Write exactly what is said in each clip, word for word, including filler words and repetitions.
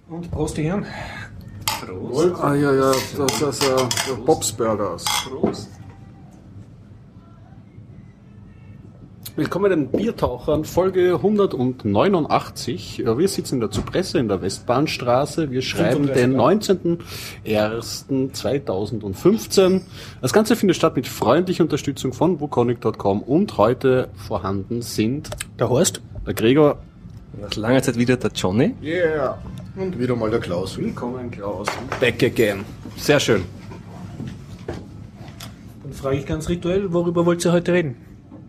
Und Prost, die Herren. Prost. Ah ja, ja, das ist äh, Bob's Burgers. Prost. Willkommen den Biertauchern, Folge hundertneunundachtzig. Wir sitzen in der Zypresse in der Westbahnstraße. Wir schreiben den neunzehnten ersten zweitausendfünfzehn. Das Ganze findet statt mit freundlicher Unterstützung von wukonic punkt com und heute vorhanden sind der Horst, der Gregor, nach langer Zeit wieder der Johnny. Yeah. Und wieder mal der Klaus. Willkommen Klaus. Back again. Sehr schön. Dann frage ich ganz rituell, worüber wollt ihr heute reden?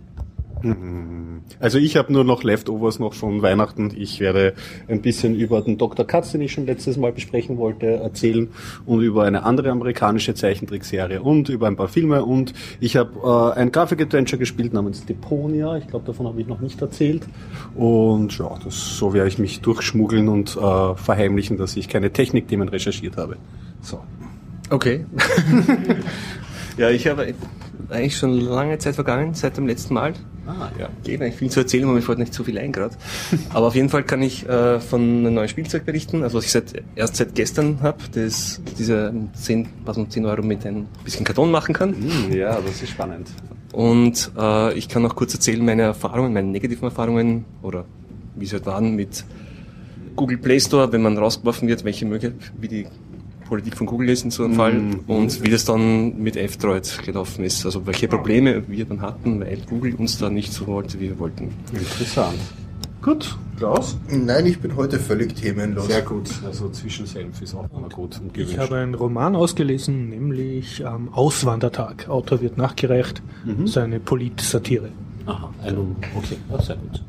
Also ich habe nur noch Leftovers noch von Weihnachten. Ich werde ein bisschen über den Doktor Katz, den ich schon letztes Mal besprechen wollte, erzählen und über eine andere amerikanische Zeichentrickserie und über ein paar Filme. Und ich habe äh, ein Graphic-Adventure gespielt namens Deponia. Ich glaube, davon habe ich noch nicht erzählt. Und ja, das, so werde ich mich durchschmuggeln und äh, verheimlichen, dass ich keine Technikthemen recherchiert habe. So. Okay. Ja, ich habe eigentlich schon lange Zeit vergangen, seit dem letzten Mal. Ah, ja. Geht eigentlich viel zu erzählen, aber mir fällt nicht so viel ein gerade. Aber auf jeden Fall kann ich äh, von einem neuen Spielzeug berichten, also was ich seit, erst seit gestern habe, das diese zehn, was man zehn Euro mit ein bisschen Karton machen kann. Mm, ja, das ist spannend. Und äh, ich kann auch kurz erzählen meine Erfahrungen, meine negativen Erfahrungen oder wie sie halt waren mit Google Play Store, wenn man rausgeworfen wird, welche Möglichkeiten, wie die Politik von Google ist in so einem Fall mm. und wie das dann mit F-Droid gelaufen ist. Also welche Probleme wir dann hatten, weil Google uns da nicht so wollte, wie wir wollten. Interessant. Gut, Klaus? Nein, ich bin heute völlig themenlos. Sehr gut. Also Zwischensenf ist auch immer gut und gewünscht. Ich habe einen Roman ausgelesen, nämlich ähm, Auswandertag. Autor wird nachgereicht. Mhm. Das ist eine Polit-Satire. Aha, ein, okay, ja, sehr gut.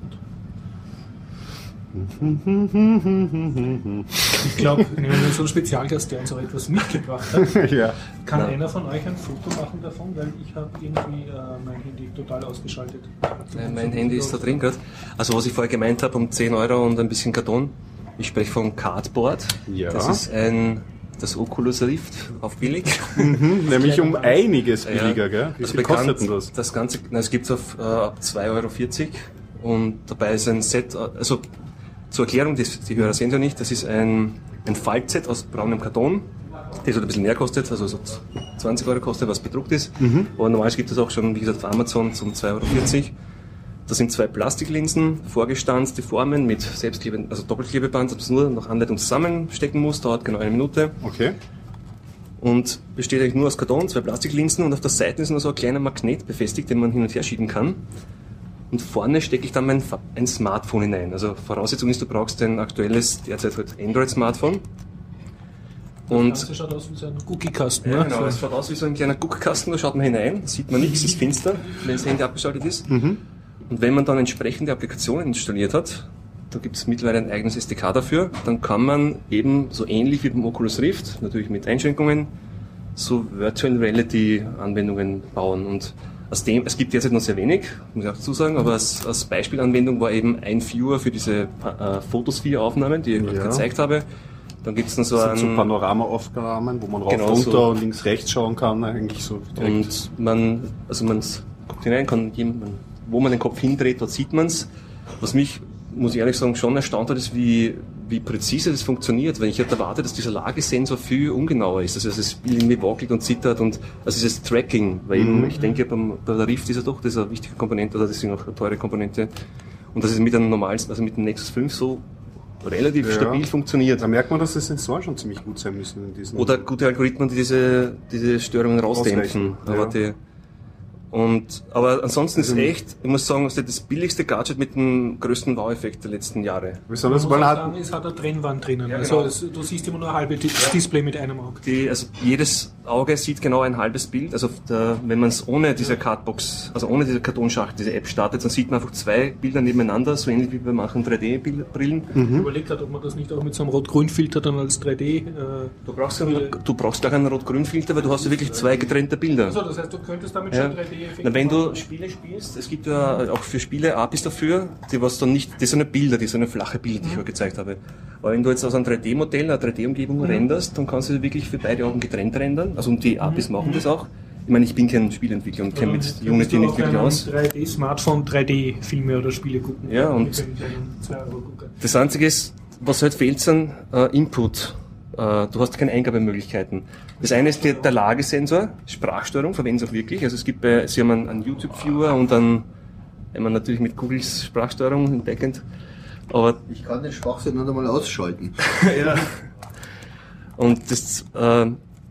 Ich glaube, wenn wir so einen Spezialgast, der uns auch etwas mitgebracht hat, ja. kann ja. einer von euch ein Foto machen davon, weil ich habe irgendwie äh, mein Handy total ausgeschaltet. Ja, mein Handy ist da drin gerade. Also was ich vorher gemeint habe, um zehn Euro und ein bisschen Karton. Ich spreche von Cardboard. Ja. Das ist ein das Oculus Rift auf billig. Mhm, nämlich um einiges billiger, ja. Gell? Wie also viel bekannt, kostet denn das? Das Ganze, na, es gibt es äh, ab zwei Euro vierzig und dabei ist ein Set, also zur Erklärung, das, die Hörer sehen es ja nicht, das ist ein, ein Faltset aus braunem Karton, das halt ein bisschen mehr kostet, also so zwanzig Euro kostet, was bedruckt ist. Mhm. Aber normal gibt es auch schon, wie gesagt, auf Amazon zum zwei Euro vierzig. Das sind zwei Plastiklinsen, vorgestanzte Formen mit Selbstklebe, also Doppelklebeband, das man nur nach Anleitung zusammenstecken muss, dauert genau eine Minute. Okay. Und besteht eigentlich nur aus Karton, zwei Plastiklinsen und auf der Seite ist noch so ein kleiner Magnet befestigt, den man hin und her schieben kann. Und vorne stecke ich dann mein ein Smartphone hinein. Also Voraussetzung ist, du brauchst ein aktuelles, derzeit halt Android-Smartphone. Und das schaut aus wie so ein Cookie-Kasten. Ja, ne? genau, es schaut aus wie so ein kleiner Guckkasten, da schaut man hinein, sieht man nichts, ist finster, wenn das Handy abgeschaltet ist. Mhm. Und wenn man dann entsprechende Applikationen installiert hat, da gibt es mittlerweile ein eigenes S D K dafür, dann kann man eben so ähnlich wie beim Oculus Rift, natürlich mit Einschränkungen, so Virtual Reality Anwendungen bauen. Und aus dem, es gibt derzeit noch sehr wenig, muss ich auch dazu sagen, aber als, als Beispielanwendung war eben ein Viewer für diese äh, Fotosphere-Aufnahmen, die ich ja. gezeigt habe. Dann gibt's dann so das ein... sind so Panorama-Aufnahmen, wo man rauf, genau runter so. und links, rechts schauen kann, eigentlich so direkt. Und man, also man guckt hinein, kann jemand, wo man den Kopf hindreht, dort sieht man's. Was mich, muss ich ehrlich sagen, schon erstaunt hat, ist, wie, wie präzise das funktioniert, weil ich hätte erwartet, dass dieser Lagesensor viel ungenauer ist, also dass das Bild irgendwie wackelt und zittert und also dieses Tracking, weil eben, ich denke, beim, bei der Rift ist ja doch, das ist eine wichtige Komponente, oder deswegen auch eine teure Komponente, und das ist mit einem normalen, also mit dem Nexus fünf so relativ ja. stabil funktioniert. Da merkt man, dass die Sensoren schon ziemlich gut sein müssen in diesen... Oder gute Algorithmen, die diese, diese Störungen rausdämpfen. Aber ja. die, Und, aber ansonsten ist echt, ich muss sagen, das billigste Gadget mit dem größten Wow-Effekt der letzten Jahre. Besonders man muss hat sagen, es hat eine Trennwand drinnen. Ja, also genau. es, du siehst immer nur ein halbes Display mit einem Auge. Die, also jedes Auge sieht genau ein halbes Bild. Also der, wenn man es ohne diese Cardbox, also ohne diese Kartonschachtel, diese App startet, dann sieht man einfach zwei Bilder nebeneinander, so ähnlich wie bei manchen drei D-Brillen. Mhm. Ich überlege gerade, ob man das nicht auch mit so einem Rot-Grün-Filter dann als drei D... Äh, du brauchst einen, du brauchst gar keinen Rot-Grün-Filter, weil du hast ja wirklich zwei getrennte Bilder. Also das heißt, du könntest damit ja. schon drei D-Effekte Wenn du Spiele spielst, es gibt ja auch für Spiele A P Is dafür, die was dann nicht, das sind eine Bilder, die sind eine flache Bilder, die ich euch gezeigt habe. Aber wenn du jetzt aus einem drei D-Modell, einer drei D-Umgebung mhm. renderst, dann kannst du wirklich für beide Augen getrennt rendern. Also und die A P Is mhm. machen das auch. Ich meine, ich bin kein Spieleentwickler und kenne mit Unity nicht wirklich aus. drei D-Smartphone drei D-Filme oder Spiele gucken. Ja, und das Einzige ist, was halt fehlt, sind äh, Input. Äh, du hast keine Eingabemöglichkeiten. Das eine ist der, der Lagesensor, Sprachsteuerung, verwenden sie auch wirklich. Also es gibt bei, sie haben einen, einen YouTube-Viewer und dann einmal natürlich mit Googles Sprachsteuerung im Backend. Aber ich kann den Schwachsinn nicht einmal ausschalten. ja. Und das, äh,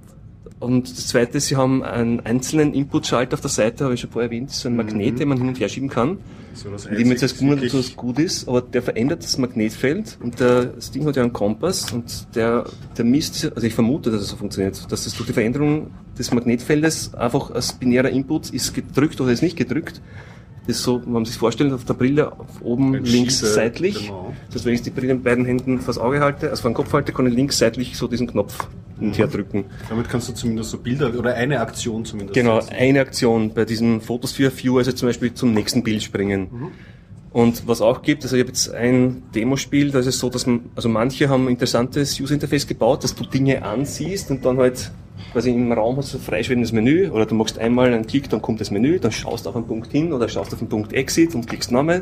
und das zweite ist, sie haben einen einzelnen Input-Schalter auf der Seite, habe ich schon vorher erwähnt, so ein Magnet, mhm. den man hin und her schieben kann. So, das die mir jetzt als Kunde dazu gut ist, aber der verändert das Magnetfeld und der, das Ding hat ja einen Kompass und der, der misst, also ich vermute, dass es so funktioniert, dass das durch die Veränderung des Magnetfeldes einfach als binärer Input ist gedrückt oder ist nicht gedrückt. Das ist so, wenn man sich vorstellt, auf der Brille auf oben ein links Schiebe, seitlich. Genau. Das heißt, wenn ich die Brille mit beiden Händen vors Auge halte, also vor den Kopf halte, kann ich links seitlich so diesen Knopf hin und her drücken. Damit kannst du zumindest so Bilder oder eine Aktion zumindest. Genau, setzen. Eine Aktion bei diesem Photosphere Viewer, also zum Beispiel zum nächsten Bild springen. Mhm. Und was auch gibt, also ich habe jetzt ein Demospiel, da ist es so, dass man, also manche haben ein interessantes User Interface gebaut, dass du Dinge ansiehst und dann halt quasi im Raum hast du ein freischwebendes Menü oder du machst einmal einen Klick, dann kommt das Menü, dann schaust du auf einen Punkt hin oder schaust auf den Punkt Exit und klickst nochmal.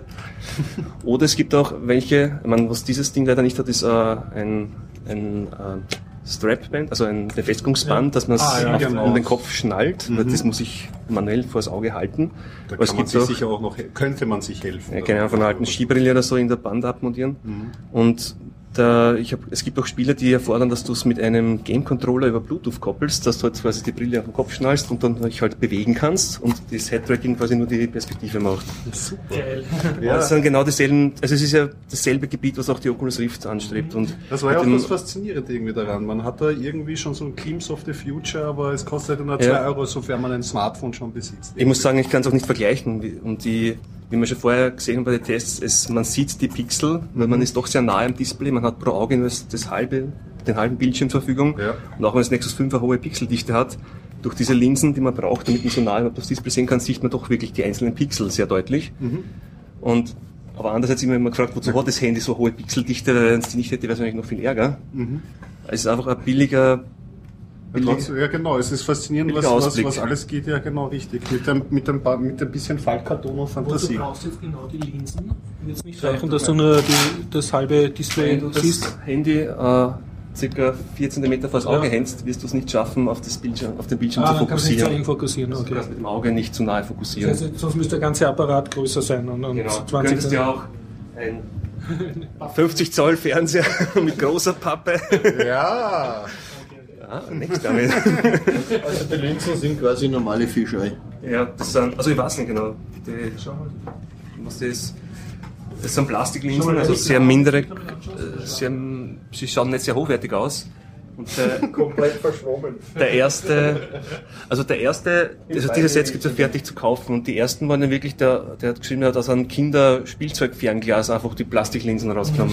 Oder es gibt auch welche, ich meine, was dieses Ding leider nicht hat, ist äh, ein, ein äh, Strapband, also ein Befestigungsband, ja. dass man es ah, ja, genau. um den Kopf schnallt, mhm. weil das muss ich manuell vors Auge halten. Da kann man sich auch, sicher auch noch, könnte man sich helfen. Ja, keine Ahnung, von einer alten Skibrille oder so in der Band abmontieren. Mhm. Und da, ich hab, es gibt auch Spieler, die erfordern, dass du es mit einem Game-Controller über Bluetooth koppelst, dass du halt quasi die Brille auf den Kopf schnallst und dann dich halt bewegen kannst und das Head-Tracking quasi nur die Perspektive macht. Super. Geil. Ja. Das sind genau dieselben, also es ist ja dasselbe Gebiet, was auch die Oculus Rift anstrebt. Und das war ja auch das Faszinierende irgendwie daran. Man hat da irgendwie schon so ein Glimpse of the Future, aber es kostet nur zwei ja. Euro, sofern man ein Smartphone schon besitzt. Ich muss sagen, ich kann es auch nicht vergleichen. Und die, wie wir schon vorher gesehen haben bei den Tests, es, man sieht die Pixel, weil man ist doch sehr nahe am Display, man hat pro Auge nur das, das halbe, den halben Bildschirm zur Verfügung. Ja. Und auch wenn das Nexus fünf eine hohe Pixeldichte hat, durch diese Linsen, die man braucht, damit man so nahe das Display sehen kann, sieht man doch wirklich die einzelnen Pixel sehr deutlich. Mhm. Und, aber andererseits immer immer gefragt, wozu hat das Handy so hohe Pixeldichte, wenn es die nicht hätte, wäre es eigentlich noch viel ärger. Mhm. Es ist einfach ein billiger, Trotzdem, ja genau, es ist faszinierend, was, was, was alles geht, ja genau richtig. Mit dem, mit dem, mit ein bisschen Fallkarton und Fantasie. Du brauchst jetzt genau die Linsen. Wird es nicht reichen, dass du nur die, das halbe Display Wenn du siehst? Das Handy äh, circa vier Zentimeter vor das Auge ja. hältst, wirst du es nicht schaffen, auf, das Bildschirm, auf den Bildschirm ah, zu fokussieren. Nicht fokussieren. Okay. Du kannst mit dem Auge nicht zu nahe fokussieren. Das heißt, sonst müsste der ganze Apparat größer sein. Und, und genau. zwanzig du könntest ja auch ein fünfzig Zoll Fernseher mit großer Pappe. Ja. Ah, nichts damit. Also die Linsen sind quasi normale Fischei. Ja, das sind, also ich weiß nicht genau. Die, was das ist. Das sind Plastiklinsen, also sehr mindere, sehr, sie schauen nicht sehr hochwertig aus. Und der, komplett verschwommen. Der erste, also der erste, also dieses Set gibt es ja fertig zu kaufen und die ersten waren dann wirklich, der, der hat geschrieben, er hat aus einem Kinderspielzeugfernglas einfach die Plastiklinsen rausgenommen.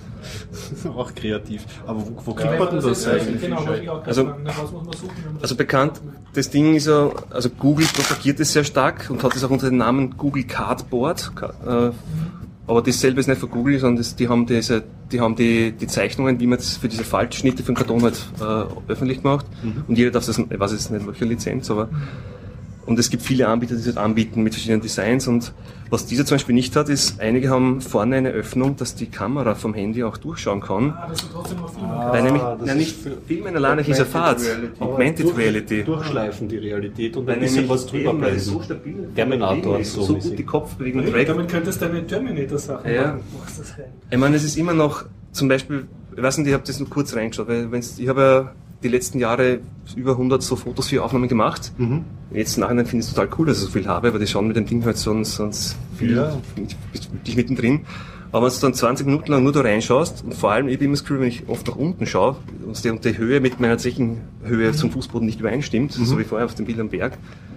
Auch kreativ. Aber wo, wo kriegt man denn das eigentlich? Genau, also, also bekannt, das Ding ist ja, also Google propagiert es sehr stark und hat es auch unter dem Namen Google Cardboard. Äh, aber dasselbe ist nicht von Google, sondern das, die haben diese, die haben die, die Zeichnungen, wie man das für diese Faltschnitte für den Karton halt äh, öffentlich macht. Mhm. Und jeder darf das, ich weiß jetzt nicht welche Lizenz, aber und es gibt viele Anbieter, die das anbieten mit verschiedenen Designs und was dieser zum Beispiel nicht hat, ist, einige haben vorne eine Öffnung, dass die Kamera vom Handy auch durchschauen kann. Ah, dass du trotzdem noch filmen kannst. Weil nämlich, nein, nicht filmen alleine nicht ist Fahrt. Augmented durch, Reality. Durchschleifen die Realität und ein bisschen was drüber bleiben. So stabil. Terminator so, so gut die Kopfbewegung tracken. Damit könntest du eine Terminator-Sache ja. machen. Ich meine, es ist immer noch, zum Beispiel, ich weiß nicht, ich habe das nur kurz reingeschaut, weil wenn's, ich habe ja die letzten Jahre über hundert so Fotos für Aufnahmen gemacht. Mhm. Jetzt nachher finde ich es total cool, dass ich so viel habe, weil die schauen mit dem Ding halt sonst, sonst viel, ja. bist wirklich mittendrin. Aber wenn du dann zwanzig Minuten lang nur da reinschaust, und vor allem, ich bin immer das Gefühl, wenn ich oft nach unten schaue, und die, die Höhe mit meiner tatsächlichen Höhe zum Fußboden nicht übereinstimmt, mhm. so wie vorher auf dem Bild am Berg,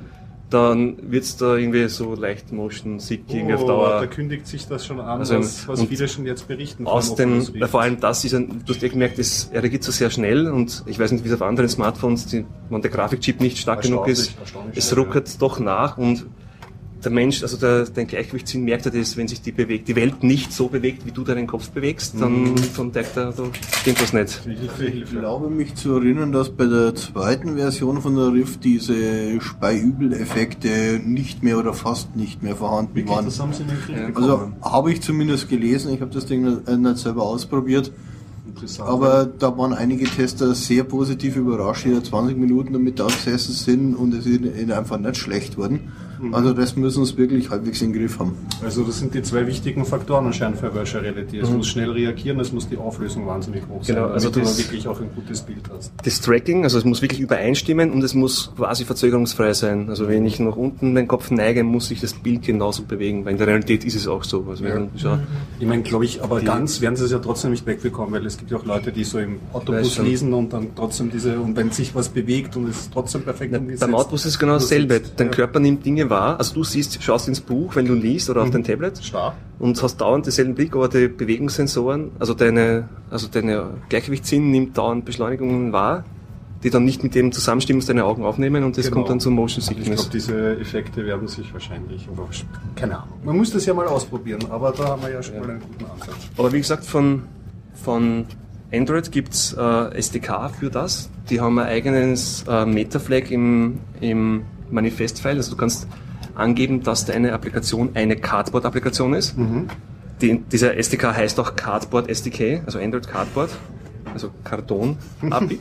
dann wird's da irgendwie so leicht Motion Sick oh, irgendwie auf Dauer. Da kündigt sich das schon an, also, was, was viele schon jetzt berichten. Aus den, vor allem das ist ein, du hast ja gemerkt, es, er reagiert so sehr schnell und ich weiß nicht, wie es auf anderen Smartphones, die, wenn der Grafikchip nicht stark genug ist, es ruckert doch nach und der Mensch, also der, dein Gleichgewichtssinn merkt er das, wenn sich die bewegt, die Welt nicht so bewegt, wie du deinen Kopf bewegst, dann, mhm. dann denkt er, da stimmt was nicht. Ich glaube mich zu erinnern, dass bei der zweiten Version von der Rift diese Speiübel-Effekte nicht mehr oder fast nicht mehr vorhanden Wirklich? waren. Das haben sie nicht ja. Also habe ich zumindest gelesen, ich habe das Ding nicht selber ausprobiert. Aber da waren einige Tester sehr positiv überrascht, die da zwanzig Minuten damit da gesessen sind und es ist einfach nicht schlecht worden. Mhm. Also das müssen sie wirklich halbwegs im Griff haben. Also das sind die zwei wichtigen Faktoren anscheinend für Virtual Reality. Es mhm. muss schnell reagieren, es muss die Auflösung wahnsinnig hoch sein, genau, also damit du wirklich auch ein gutes Bild hast. Das Tracking, also es muss wirklich übereinstimmen und es muss quasi verzögerungsfrei sein. Also wenn ich nach unten den Kopf neige, muss sich das Bild genauso bewegen, weil in der Realität ist es auch so. Also ja. Ja, ich meine, glaube ich, aber ganz werden sie es ja trotzdem nicht wegbekommen, weil es gibt ja auch Leute, die so im Autobus lesen und dann trotzdem diese, und wenn sich was bewegt und es ist trotzdem perfekt ja, umgesetzt. Beim Autobus ist es genau dasselbe. Dein ja. Körper nimmt Dinge wahr, also du siehst, schaust ins Buch, wenn du liest oder mhm. auf dein Tablet Starr. und hast dauernd denselben Blick, aber die Bewegungssensoren, also deine, also deine Gleichgewichtssinn nimmt dauernd Beschleunigungen wahr, die dann nicht mit dem zusammenstimmen, was deine Augen aufnehmen und das genau. kommt dann zum Motion Sickness. Ich glaube, diese Effekte werden sich wahrscheinlich, aber keine Ahnung. Man muss das ja mal ausprobieren, aber da haben wir ja schon ja. mal einen guten Ansatz. Aber wie gesagt, von, von Android gibt's äh, S D K für das. Die haben ein eigenes äh, Meta-Flag im, im Manifest-File. Also du kannst angeben, dass deine Applikation eine Cardboard-Applikation ist. Mhm. Die, dieser S D K heißt auch Cardboard S D K, also Android Cardboard, also Karton-A P I.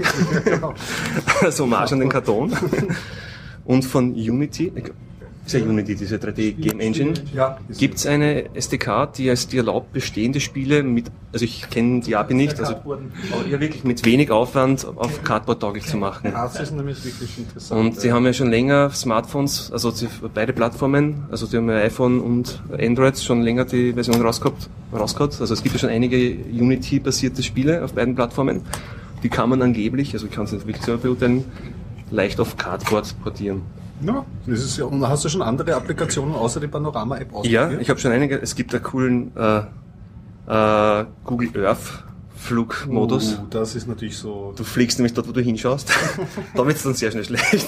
Also Hommage an den Karton. Und von Unity, ist ja Unity, diese drei D Game Engine, ja, gibt es eine S D K, die als die erlaubt, bestehende Spiele mit, also ich kenne die A P I nicht, also aber ja wirklich mit wenig Aufwand auf Cardboard tauglich zu machen. Ja, das ist nämlich wirklich interessant. Und sie ja. haben ja schon länger Smartphones, also die, beide Plattformen, also die haben ja iPhone und Android schon länger die Version rausgehabt, rausgehabt. Also es gibt ja schon einige Unity-basierte Spiele auf beiden Plattformen. Die kann man angeblich, also ich kann es nicht wirklich selber beurteilen, leicht auf Cardboard portieren. Ja, das ist ja, und hast du schon andere Applikationen außer die Panorama-App ausprobiert? Ja, ich habe schon einige. Es gibt einen coolen äh, äh, Google Earth Flugmodus. Uh, das ist natürlich so. Du fliegst nämlich dort, wo du hinschaust. Da wird es dann sehr schnell schlecht.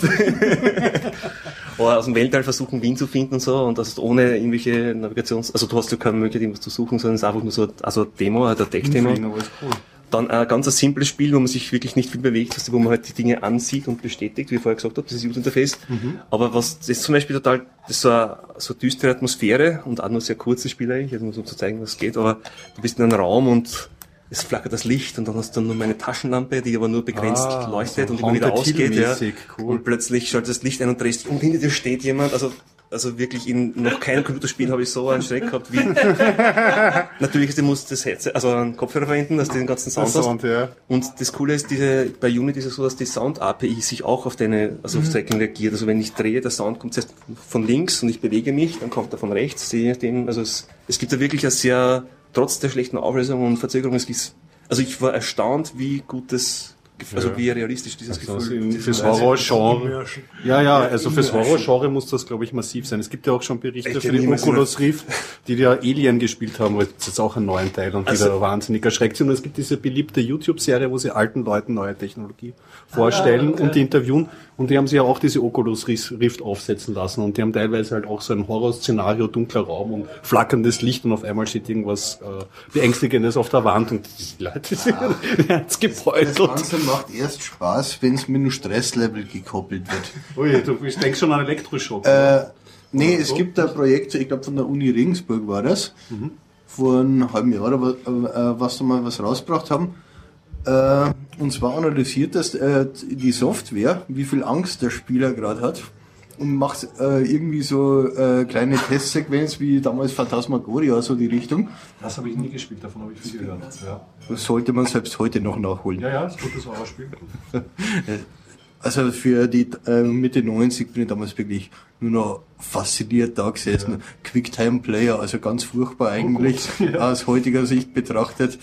Oder aus dem Weltall versuchen, Wien zu finden und so, und das ist ohne irgendwelche Navigations... Also du hast ja keine Möglichkeit, irgendwas zu suchen, sondern es ist einfach nur so also Demo, halt eine Tech-Demo. Cool. Dann ein ganz simples Spiel, wo man sich wirklich nicht viel bewegt, wo man halt die Dinge ansieht und bestätigt, wie ich vorher gesagt habe, das ist User Interface. Mhm. Aber was, das ist zum Beispiel total, das ist so eine, so eine düstere Atmosphäre und auch nur sehr kurzes Spiel eigentlich, also um zu zeigen, was es geht, aber du bist in einem Raum und es flackert das Licht und dann hast du dann nur meine Taschenlampe, die aber nur begrenzt ah, leuchtet so und immer wieder ausgeht, ja. Cool. Und plötzlich schaltet das Licht ein und drehst und hinter dir steht jemand, also Also wirklich in noch keinem Computerspiel habe ich so einen Schreck gehabt wie... Natürlich, du musst das Headset, also einen Kopfhörer verwenden, dass du den ganzen Sound, Sound hast. Ja. Und das Coole ist, diese, bei Unity ist es so, dass die Sound-A P I sich auch auf deine, also auf Tracking reagiert. Also wenn ich drehe, der Sound kommt zuerst von links und ich bewege mich, dann kommt er von rechts, je nachdem. Also es, es gibt da wirklich eine sehr, trotz der schlechten Auflösung und Verzögerung, es ist, also ich war erstaunt, wie gut das, also ja. wie realistisch dieses also Gefühl ist. Fürs Horror-Genre. Ja, ja, also fürs Horror-Genre muss das, glaube ich, massiv sein. Es gibt ja auch schon Berichte Echt, für die Oculus Rift, die ja Alien gespielt haben, weil das ist auch ein neuen Teil und also, die da wahnsinnig erschreckt sind. Und es gibt diese beliebte YouTube-Serie, wo sie alten Leuten neue Technologie vorstellen ah, okay. und die interviewen. Und die haben sich ja auch diese Oculus Rift aufsetzen lassen. Und die haben teilweise halt auch so ein Horror-Szenario, dunkler Raum und flackerndes Licht und auf einmal steht irgendwas äh, Beängstigendes auf der Wand und die Leute sind ah, ganz gebeutelt. Das Ganze macht erst Spaß, wenn es mit einem Stresslevel gekoppelt wird. Ui, du denkst schon an Elektroschock. Äh, nee, es so? gibt ein Projekt, ich glaube von der Uni Regensburg war das, mhm. vor einem halben Jahr, aber, äh, was da mal was rausgebracht haben. Äh, und zwar analysiert das äh, die Software, wie viel Angst der Spieler gerade hat, und macht äh, irgendwie so äh, kleine Testsequenz wie damals Phantasmagoria, so die Richtung. Das habe ich nie gespielt, davon habe ich viel gehört. Ja. Das sollte man selbst heute noch nachholen. Ja, ja, das ist ein gutes Horrorspiel. Also für die äh, Mitte neunzig bin ich damals wirklich nur noch fasziniert da gesessen. Ja. Quicktime-Player, also ganz furchtbar eigentlich, oh Gott, ja. aus heutiger Sicht betrachtet.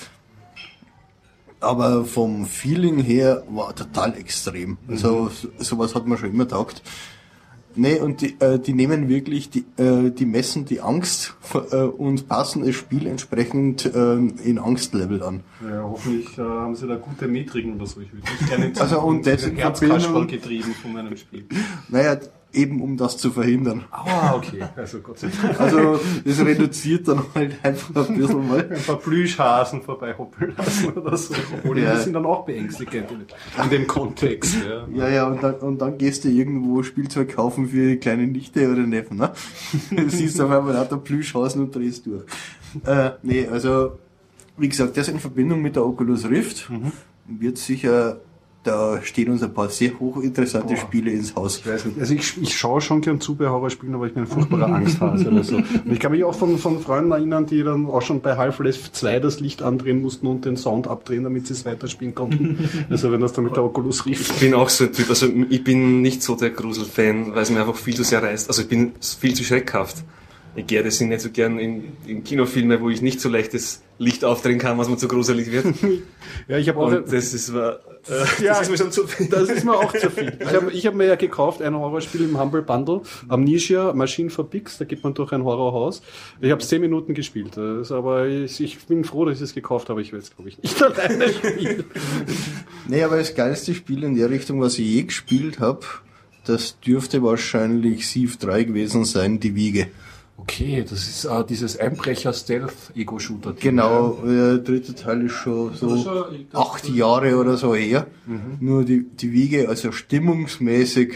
Aber vom Feeling her war total extrem. Also mhm. sowas hat man schon immer taugt. Nee, und die, äh, die nehmen wirklich, die, äh, die messen die Angst äh, und passen das Spiel entsprechend äh, in Angstlevel an. Ja, hoffentlich äh, haben sie da gute Metriken oder so. Ich würde nicht gerne also und das in Herzkasperl getrieben von meinem Spiel. Naja, eben um das zu verhindern. Ah, okay. Also Gott sei Dank. Also das reduziert dann halt einfach ein bisschen mal. Ein paar Plüschhasen vorbei hoppeln lassen oder so. Obwohl Ja. die sind dann auch beängstigend in dem Kontext. Ja, Ja, ja, und dann, und dann gehst du irgendwo Spielzeug kaufen für die kleine Nichte oder Neffen, ne? Du siehst auf einmal lauter Plüschhasen und drehst durch. Äh, nee, also, wie gesagt, das in Verbindung mit der Oculus Rift Mhm. wird sicher, da stehen uns ein paar sehr hochinteressante Boah. Spiele ins Haus. Ich weiß nicht. Also ich, ich schaue schon gern zu bei Horrorspielen, aber ich bin ein furchtbarer Angsthase oder so. Und ich kann mich auch von, von Freunden erinnern, die dann auch schon bei Half-Life zwei das Licht andrehen mussten und den Sound abdrehen, damit sie es weiterspielen konnten. Also wenn das dann mit der Oculus Rift. Ich bin auch so ein Typ, also ich bin nicht so der Gruselfan, weil es mir einfach viel zu sehr reißt. Also ich bin viel zu schreckhaft. Ich gehe deswegen nicht so gern in, in Kinofilme, wo ich nicht so leichtes Licht aufdrehen kann, was mir zu gruselig wird. Ja, ich habe auch. Und das ist, äh, das Ja, ist mir schon zu viel. Das ist mir auch zu viel. Ich habe ich hab mir ja gekauft ein Horrorspiel im Humble Bundle, Amnesia, Machine for Pigs, da geht man durch ein Horrorhaus. Ich habe zehn Minuten gespielt, das ist aber ich, ich bin froh, dass ich es gekauft habe, ich will es glaube ich nicht alleine spielen. Nee, aber das geilste Spiel in der Richtung, was ich je gespielt habe, das dürfte wahrscheinlich Civ drei gewesen sein, die Wiege. Okay, das ist uh, dieses Einbrecher-Stealth-Ego-Shooter. Genau, der dritte Teil ist schon so acht Jahre oder so her. Mhm. Nur die, die Wiege, also stimmungsmäßig,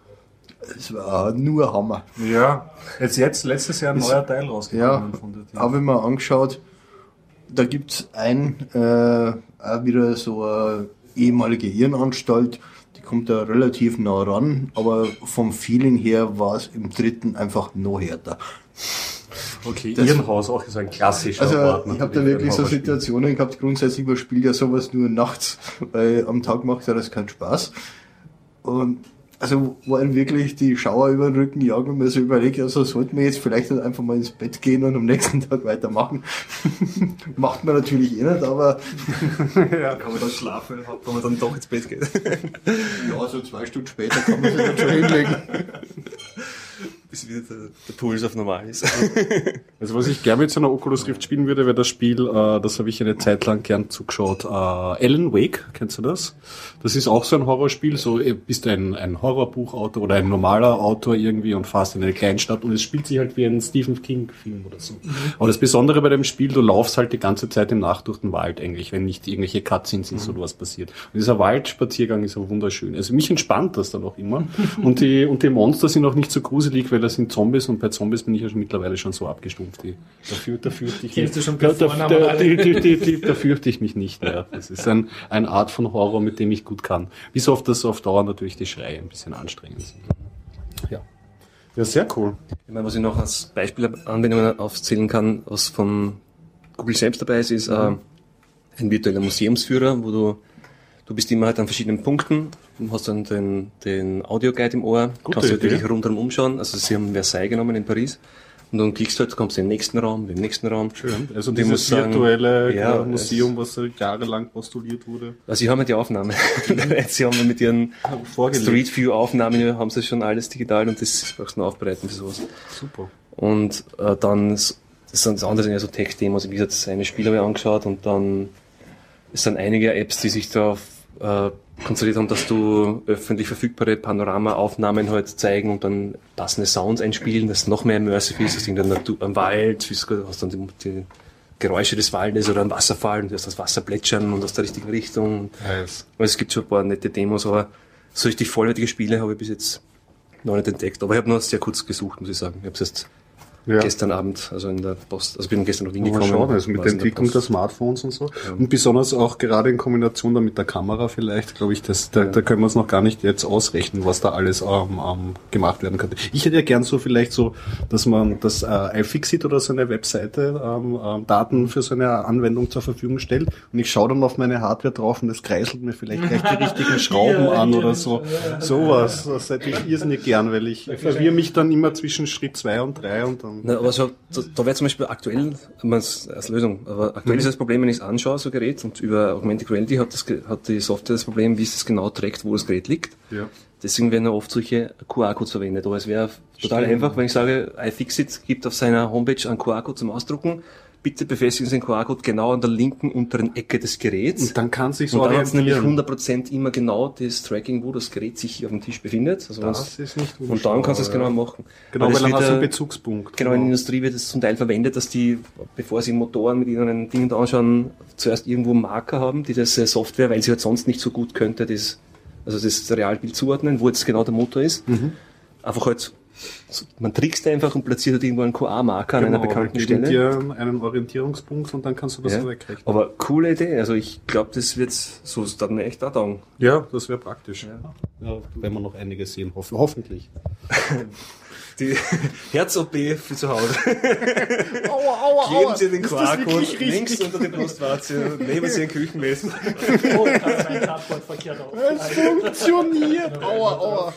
es war nur Hammer. Ja, jetzt, jetzt letztes Jahr ein Ist- neuer Teil rausgekommen. Ja, von der habe ich mir angeschaut, da gibt's ein, äh, auch wieder so eine ehemalige Irrenanstalt, die kommt da relativ nah ran, aber vom Feeling her war es im dritten einfach noch härter. Okay, Das- Irrenhaus, auch so ein klassischer Also Ort. ich habe da natürlich wirklich für so ein Horrorspiel. Situationen gehabt, grundsätzlich man spielt ja sowas nur nachts, weil am Tag macht ja das keinen Spaß. Und also wo einem wirklich die Schauer über den Rücken jagen und man so überlegt, also sollten wir jetzt vielleicht dann einfach mal ins Bett gehen und am nächsten Tag weitermachen. Macht man natürlich eh nicht, aber Ja, kann man dann schlafen, wenn man dann doch ins Bett geht. ja, so zwei Stunden später kann man sich dann schon hinlegen. Bis wieder der, der Puls auf normal ist. Also was ich gerne mit so einer Oculus Rift spielen würde, wäre das Spiel, äh, das habe ich eine Zeit lang gern zugeschaut, äh, Alan Wake, kennst du das? Das ist auch so ein Horrorspiel, so äh, bist ein, ein Horrorbuchautor oder ein normaler Autor irgendwie und fährst in eine Kleinstadt und es spielt sich halt wie ein Stephen King Film oder so. Aber das Besondere bei dem Spiel, du laufst halt die ganze Zeit im Nacht durch den Wald eigentlich, wenn nicht irgendwelche Cutscenes sind oder was passiert. Und dieser Waldspaziergang ist auch wunderschön. Also mich entspannt das dann auch immer. Und die, und die Monster sind auch nicht so gruselig, weil das sind Zombies und bei Zombies bin ich ja schon mittlerweile schon so abgestumpft. Die, da, fühl, da fürchte ich Kennst du schon da, per da, Vornamen da, alle? die, die, die, die, da fürchte ich mich nicht. Ja. Das ist ein, eine Art von Horror, mit dem ich gut kann. Bis auf das auf Dauer natürlich die Schreie ein bisschen anstrengend sind. Ja. Ja, sehr cool. Ich meine, was ich noch als Beispielanwendungen aufzählen kann, was von Google selbst dabei ist, ist äh, ein virtueller Museumsführer, wo du, du bist immer halt an verschiedenen Punkten und hast dann den, den Audioguide im Ohr, Gute kannst du Idee. natürlich rundherum umschauen. Also sie haben Versailles genommen in Paris und dann klickst du halt, kommst in den nächsten Raum, den nächsten Raum. Schön. Also Und ich dieses muss sagen, virtuelle ja, äh, Museum, was so jahrelang postuliert wurde. Also sie haben ja die Aufnahme. Sie haben mit ihren Vorgelegt. Street View Aufnahmen haben sie schon alles digital und das brauchst du nur aufbereiten für sowas. Super. Und äh, dann, das sind das andere sind ja so Tech-Demos, wie gesagt, das eine Spiel habe ich angeschaut und dann, es sind einige Apps, die sich darauf äh, konzentriert haben, dass du öffentlich verfügbare Panorama-Aufnahmen halt zeigen und dann passende Sounds einspielen, dass noch mehr immersive ist, dass du in der Natur, am Wald, du hast dann die, die Geräusche des Waldes oder ein Wasserfall und du hast das Wasser plätschern und aus der richtigen Richtung. Nice. Also es gibt schon ein paar nette Demos, aber so richtig vollwertige Spiele habe ich bis jetzt noch nicht entdeckt. Aber ich habe noch sehr kurz gesucht, muss ich sagen. Ich habe es erst Ja. gestern Abend, also in der Post, also bin gestern nach Wien Mal gekommen. schauen, also mit war's der in Entwicklung der Post. Smartphones und so. Und besonders auch gerade in Kombination dann mit der Kamera vielleicht, glaube ich, das, da, da können wir es noch gar nicht jetzt ausrechnen, was da alles ähm, ähm, gemacht werden könnte. Ich hätte ja gern so vielleicht so, dass man das äh, iFixit oder so eine Webseite ähm, ähm, Daten für so eine Anwendung zur Verfügung stellt und ich schaue dann auf meine Hardware drauf und es kreiselt mir vielleicht gleich die richtigen Schrauben Ja, an ja, oder so. Sowas, das hätte ich irrsinnig gern, weil ich verwirre mich dann immer zwischen Schritt zwei und drei und dann... Na, aber so, da, da wäre zum Beispiel aktuell, als, als Lösung, aber aktuell Mhm. ist das Problem, wenn ich es anschaue, so ein Gerät, und über Augmented Reality hat, das, Ge- hat die Software das Problem, wie es das genau trägt, wo das Gerät liegt. Ja. Deswegen werden ja oft solche Q R-Codes verwendet. Aber es wäre total Stimmt. einfach, wenn ich sage, iFixit gibt auf seiner Homepage einen Q R-Code zum Ausdrucken, bitte befestigen Sie den Q R-Code genau an der linken unteren Ecke des Geräts. Und dann kann sich so Und dann hat es nämlich orientieren. hundert Prozent immer genau das Tracking, wo das Gerät sich auf dem Tisch befindet. Also Das ist nicht und dann kannst du es unschlau, genau ja. machen. Genau, Weil weil das dann wird hast du einen ja- Bezugspunkt. Genau, in der Industrie wird es zum Teil verwendet, dass die, bevor sie Motoren mit ihren Dingen da anschauen, zuerst irgendwo Marker haben, die das äh, Software, weil sie halt sonst nicht so gut könnte, das, also das Realbild zuordnen, wo jetzt genau der Motor ist. Mhm. Einfach halt, so- man trickst einfach und platziert halt irgendwo einen Q R-Marker an einer bekannten geben Stelle. dir einen Orientierungspunkt und dann kannst du das Ja. so wegrechnen. Aber coole Idee, also ich glaube, das wird so, das darf mir echt auch taugen. Ja, das wäre praktisch. Ja. Ja, wenn wir noch einiges sehen, hoff hoffentlich. Die Herz-O P für zu Hause. Aua, aua, Kleben Sie den Ist Q das R-Code wirklich richtig? links unter die Brustwarze, nehmen Sie ein Küchenmesser. Oh, ich habe mein Cardboard verkehrt auf. Funktioniert! Aua, aua.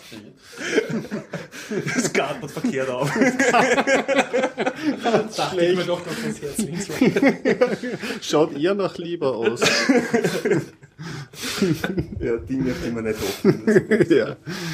Das Cardboard verkehrt auf. Dachte ich mir doch noch das Herz links war. Schaut eher nach lieber aus. Ja, Dinge, die man nicht hoffen. Ja.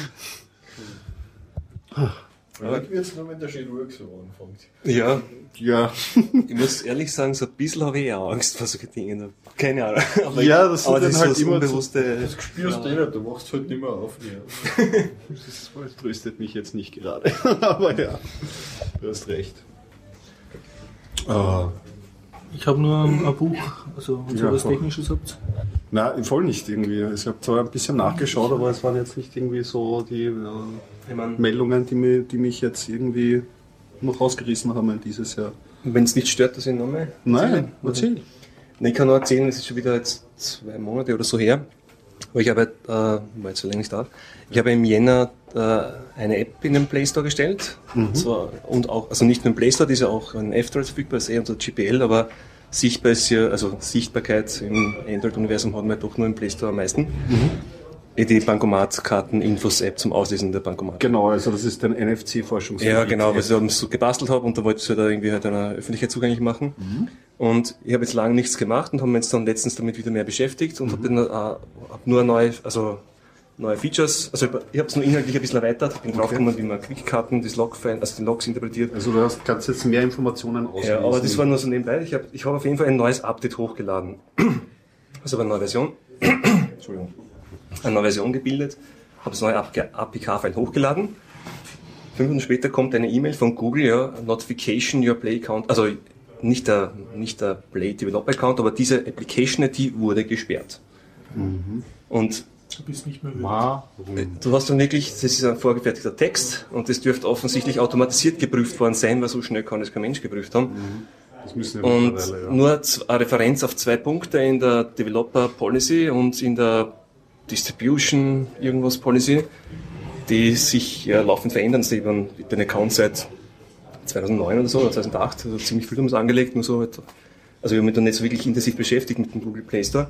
Vielleicht wird es nur, wenn der Chirurg so anfängt. Ja, Ja. ich muss ehrlich sagen, so ein bisschen habe ich auch Angst vor solchen Dingen. Keine Ahnung. Aber Ja, das sind aber dann das halt ist so immer das unbewusste. Das spürst du eh nicht, du machst halt nicht mehr auf. Ja. Das tröstet mich jetzt nicht gerade. Aber ja, du hast recht. Ah. Ich habe nur ein, ein Buch, also wenn ihr Ja, was voll. Technisches habt. Nein, voll nicht irgendwie. Ich habe zwar ein bisschen nachgeschaut, aber es waren jetzt nicht irgendwie so die äh, Ich mein, Meldungen, die, mir, die mich jetzt irgendwie noch rausgerissen haben dieses Jahr. wenn es nicht stört, dass ich nochmal. Nein, erzähl. Nee, ich kann nur erzählen, es ist schon wieder jetzt zwei Monate oder so her. Aber ich habe, äh, war jetzt so länger nicht da, ich habe im Jänner äh, eine App in den Play Store gestellt. So, und auch, also nicht nur im Play Store, die ist ja auch in F-Droid verfügbar, ist eher unter G P L, aber sichtbar ist ja, also Sichtbarkeit im Android-Universum hat man doch nur im Play Store am meisten. Die Bankomatkarten-Infos-App zum Auslesen der Bankomat. Genau, also das ist ein N F C-Forschungsgebiet. Ja, genau, was ich so gebastelt habe und da wollte ich es halt irgendwie halt einer Öffentlichkeit zugänglich machen. Und ich habe jetzt lange nichts gemacht und habe mich jetzt dann letztens damit wieder mehr beschäftigt und habe äh, hab nur neue, also neue Features, also ich habe es nur inhaltlich ein bisschen erweitert, bin draufgekommen, wie man Quickkarten, das Log-File, also die Logs interpretiert. Also du hast, kannst jetzt mehr Informationen auslesen. Ja, aber das war nur so nebenbei. Ich habe ich hab auf jeden Fall ein neues Update hochgeladen. Also eine neue Version. Entschuldigung. Eine neue Version gebildet, habe das neue A P K-File hochgeladen. Fünf Minuten später kommt eine E-Mail von Google, ja, Notification Your Play Account, also nicht der, nicht der Play Developer Account, aber diese Application I D wurde gesperrt. Mhm. Und Du bist nicht mehr würdig. Warum? du hast dann wirklich, das ist ein vorgefertigter Text und das dürfte offensichtlich automatisiert geprüft worden sein, weil so schnell kann das kein Mensch geprüft haben. Das müssen wir Und mittlerweile, ja. nur z- eine Referenz auf zwei Punkte in der Developer Policy und in der Distribution irgendwas Policy, die sich ja laufend verändern. Sie haben den Account seit zweitausendneun oder so, oder zweitausendacht, also ziemlich viel haben sie angelegt, nur so halt. Also ich habe mich da nicht so wirklich intensiv beschäftigt mit dem Google Play Store.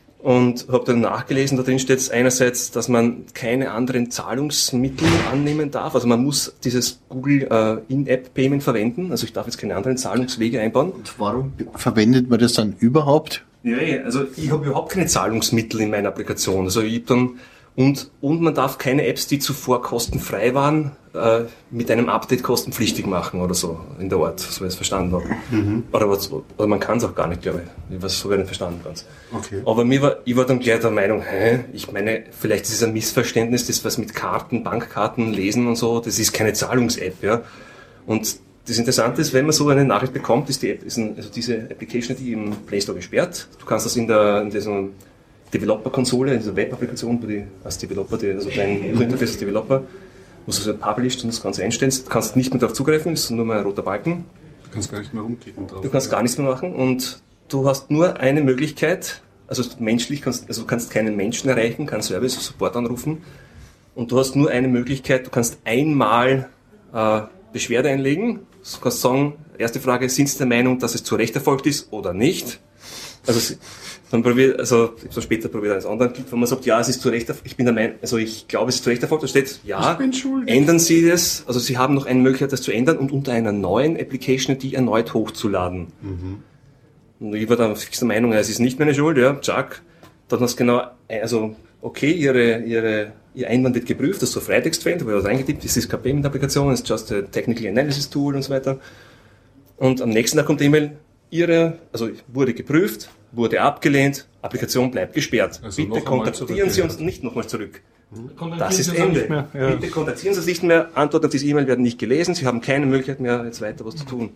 Und habe dann nachgelesen, da drin steht einerseits, dass man keine anderen Zahlungsmittel annehmen darf. Also man muss dieses Google äh, In-App-Payment verwenden. Also ich darf jetzt keine anderen Zahlungswege einbauen. Und warum verwendet man das dann überhaupt? Ja, ja, also ich habe überhaupt keine Zahlungsmittel in meiner Applikation. Also ich hab dann und und man darf keine Apps, die zuvor kostenfrei waren, äh, mit einem Update kostenpflichtig machen oder so in der Art, so wie ich es verstanden habe. Mhm. Oder, was, oder man kann es auch gar nicht, glaube ich. Ich habe es sogar nicht verstanden ganz. Okay. Aber mir war, ich war dann gleich der Meinung, hä, ich meine, vielleicht ist es ein Missverständnis, das was mit Karten, Bankkarten lesen und so, das ist keine Zahlungs-App, ja. Und das Interessante ist, wenn man so eine Nachricht bekommt, ist die App, ist ein, also diese Application, die im Play Store gesperrt. Du kannst das in der, in dieser Developer-Konsole, in dieser Web-Applikation, wo die als Developer, die, also dein User-Interface als Developer, wo du so published und das Ganze einstellst, du kannst nicht mehr darauf zugreifen, ist nur mal ein roter Balken. Du kannst gar nicht mehr rumklicken drauf. Du kannst gar nichts mehr machen und du hast nur eine Möglichkeit, also menschlich kannst, also du kannst keinen Menschen erreichen, keinen Service, Support anrufen und du hast nur eine Möglichkeit, du kannst einmal äh, Beschwerde einlegen, du kannst sagen, erste Frage, sind Sie der Meinung, dass es zu Recht erfolgt ist oder nicht? Also dann probiert, also ich habe so später probiert eines anderen Klick, wenn man sagt, ja, es ist zu Recht erfolgt, ich bin der Meinung, also ich glaube, es ist zu Recht erfolgt, da steht, ja, Ich bin schuldig. ändern Sie das, also Sie haben noch eine Möglichkeit, das zu ändern und unter einer neuen Application die erneut hochzuladen. Mhm. Und ich war dann fix der Meinung, ja, es ist nicht meine Schuld, ja, Chuck. Dann hast du genau, also, okay, ihre, ihre, ihr Einwand wird geprüft, das ist so Freitextfeld, wo ich was reingetippt, das ist keine Payment-Applikation, das ist just a technical analysis tool und so weiter. Und am nächsten Tag kommt die E-Mail, Ihre, also wurde geprüft, wurde abgelehnt, Applikation bleibt gesperrt. Also Bitte kontaktieren Sie uns nicht nochmal zurück. Das ist Sie Ende. nicht mehr, ja. Bitte kontaktieren Sie uns nicht mehr, Antworten auf diese E-Mail werden nicht gelesen, Sie haben keine Möglichkeit mehr, jetzt weiter was zu tun.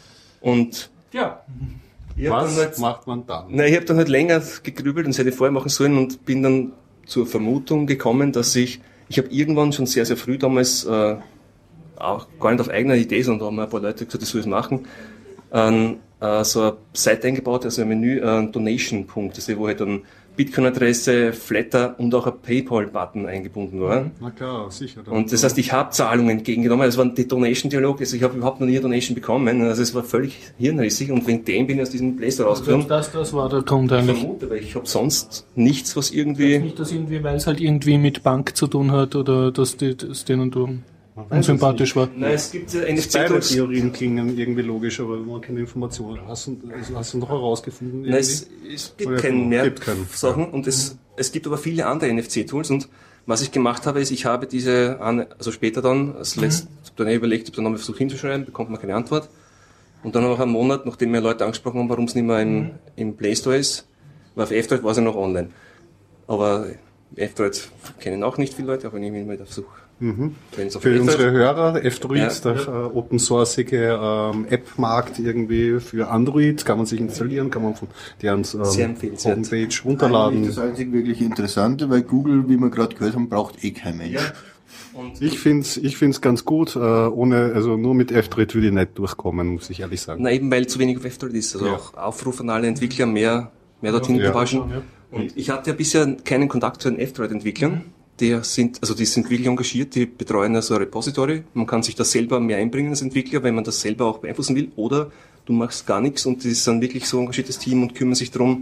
Und Ja. ich hab Was dann halt, macht man dann? na, ich habe dann halt länger gegrübelt und es hätte ich vorher machen sollen und bin dann zur Vermutung gekommen, dass ich, ich habe irgendwann schon sehr, sehr früh damals, äh, auch gar nicht auf eigener Idee, sondern da haben mir ein paar Leute gesagt, ich soll es machen, ähm, äh, so eine Seite eingebaut, also ein Menü, äh, ein Donation-Punkt, also wo halt dann Bitcoin-Adresse, Flatter und auch ein PayPal-Button eingebunden war. Na klar, sicher. Und das heißt, ich habe Zahlungen entgegengenommen, das war die Donation-Dialog, also ich habe überhaupt noch nie eine Donation bekommen, also es war völlig hirnrissig und wegen dem bin ich aus diesem Play Store rausgekommen. Das, das war der Grund Ich eigentlich. vermute, weil ich habe sonst nichts, was irgendwie... Nicht, dass irgendwie, weil es halt irgendwie mit Bank zu tun hat oder dass die, das denen du unsympathisch war. Nein, es gibt äh, N F Beide C-Tools. Theorien klingen irgendwie logisch, aber man keine Informationen. Hast du, also hast du noch herausgefunden? Nein, es, es gibt Oder keinen mehr gibt keinen. Sachen und es, es gibt aber viele andere N F C-Tools und was ich gemacht habe, ist, ich habe diese, an- also später dann, als letzt, dann überlegt, habe dann nochmal versucht hinzuschreiben, bekommt man keine Antwort. Und dann nach einem Monat, nachdem mir Leute angesprochen haben, warum es nicht mehr im, im Play Store ist, weil auf F-Droid war es ja noch online. Aber F-Droid kennen auch nicht viele Leute, aber ich bin mal auf Suche. Mhm. Wenn es auf Für F-Droid- unsere Hörer, F-Droid, Ja. der äh, open-sourcige ähm, App-Markt irgendwie für Android, kann man sich installieren, kann man von deren Sehr ähm, empfehlenswert. Homepage Eigentlich runterladen. das einzig wirklich Interessante, weil Google, wie wir gerade gehört haben, braucht eh kein Mensch. Ja. Und Ich find's, ich find's ganz gut, äh, ohne, also nur mit F-Droid würde ich nicht durchkommen, muss ich ehrlich sagen. Na eben, weil zu wenig auf F-Droid ist. Also Ja. auch Aufruf an alle Entwickler, mehr, mehr dorthin Ja. waschen. Und ich hatte ja bisher keinen Kontakt zu den F-Droid-Entwicklern. Die sind, also die sind wirklich engagiert, die betreuen also ein Repository. Man kann sich das selber mehr einbringen als Entwickler, wenn man das selber auch beeinflussen will. Oder du machst gar nichts und das ist ein wirklich so engagiertes Team und kümmern sich darum.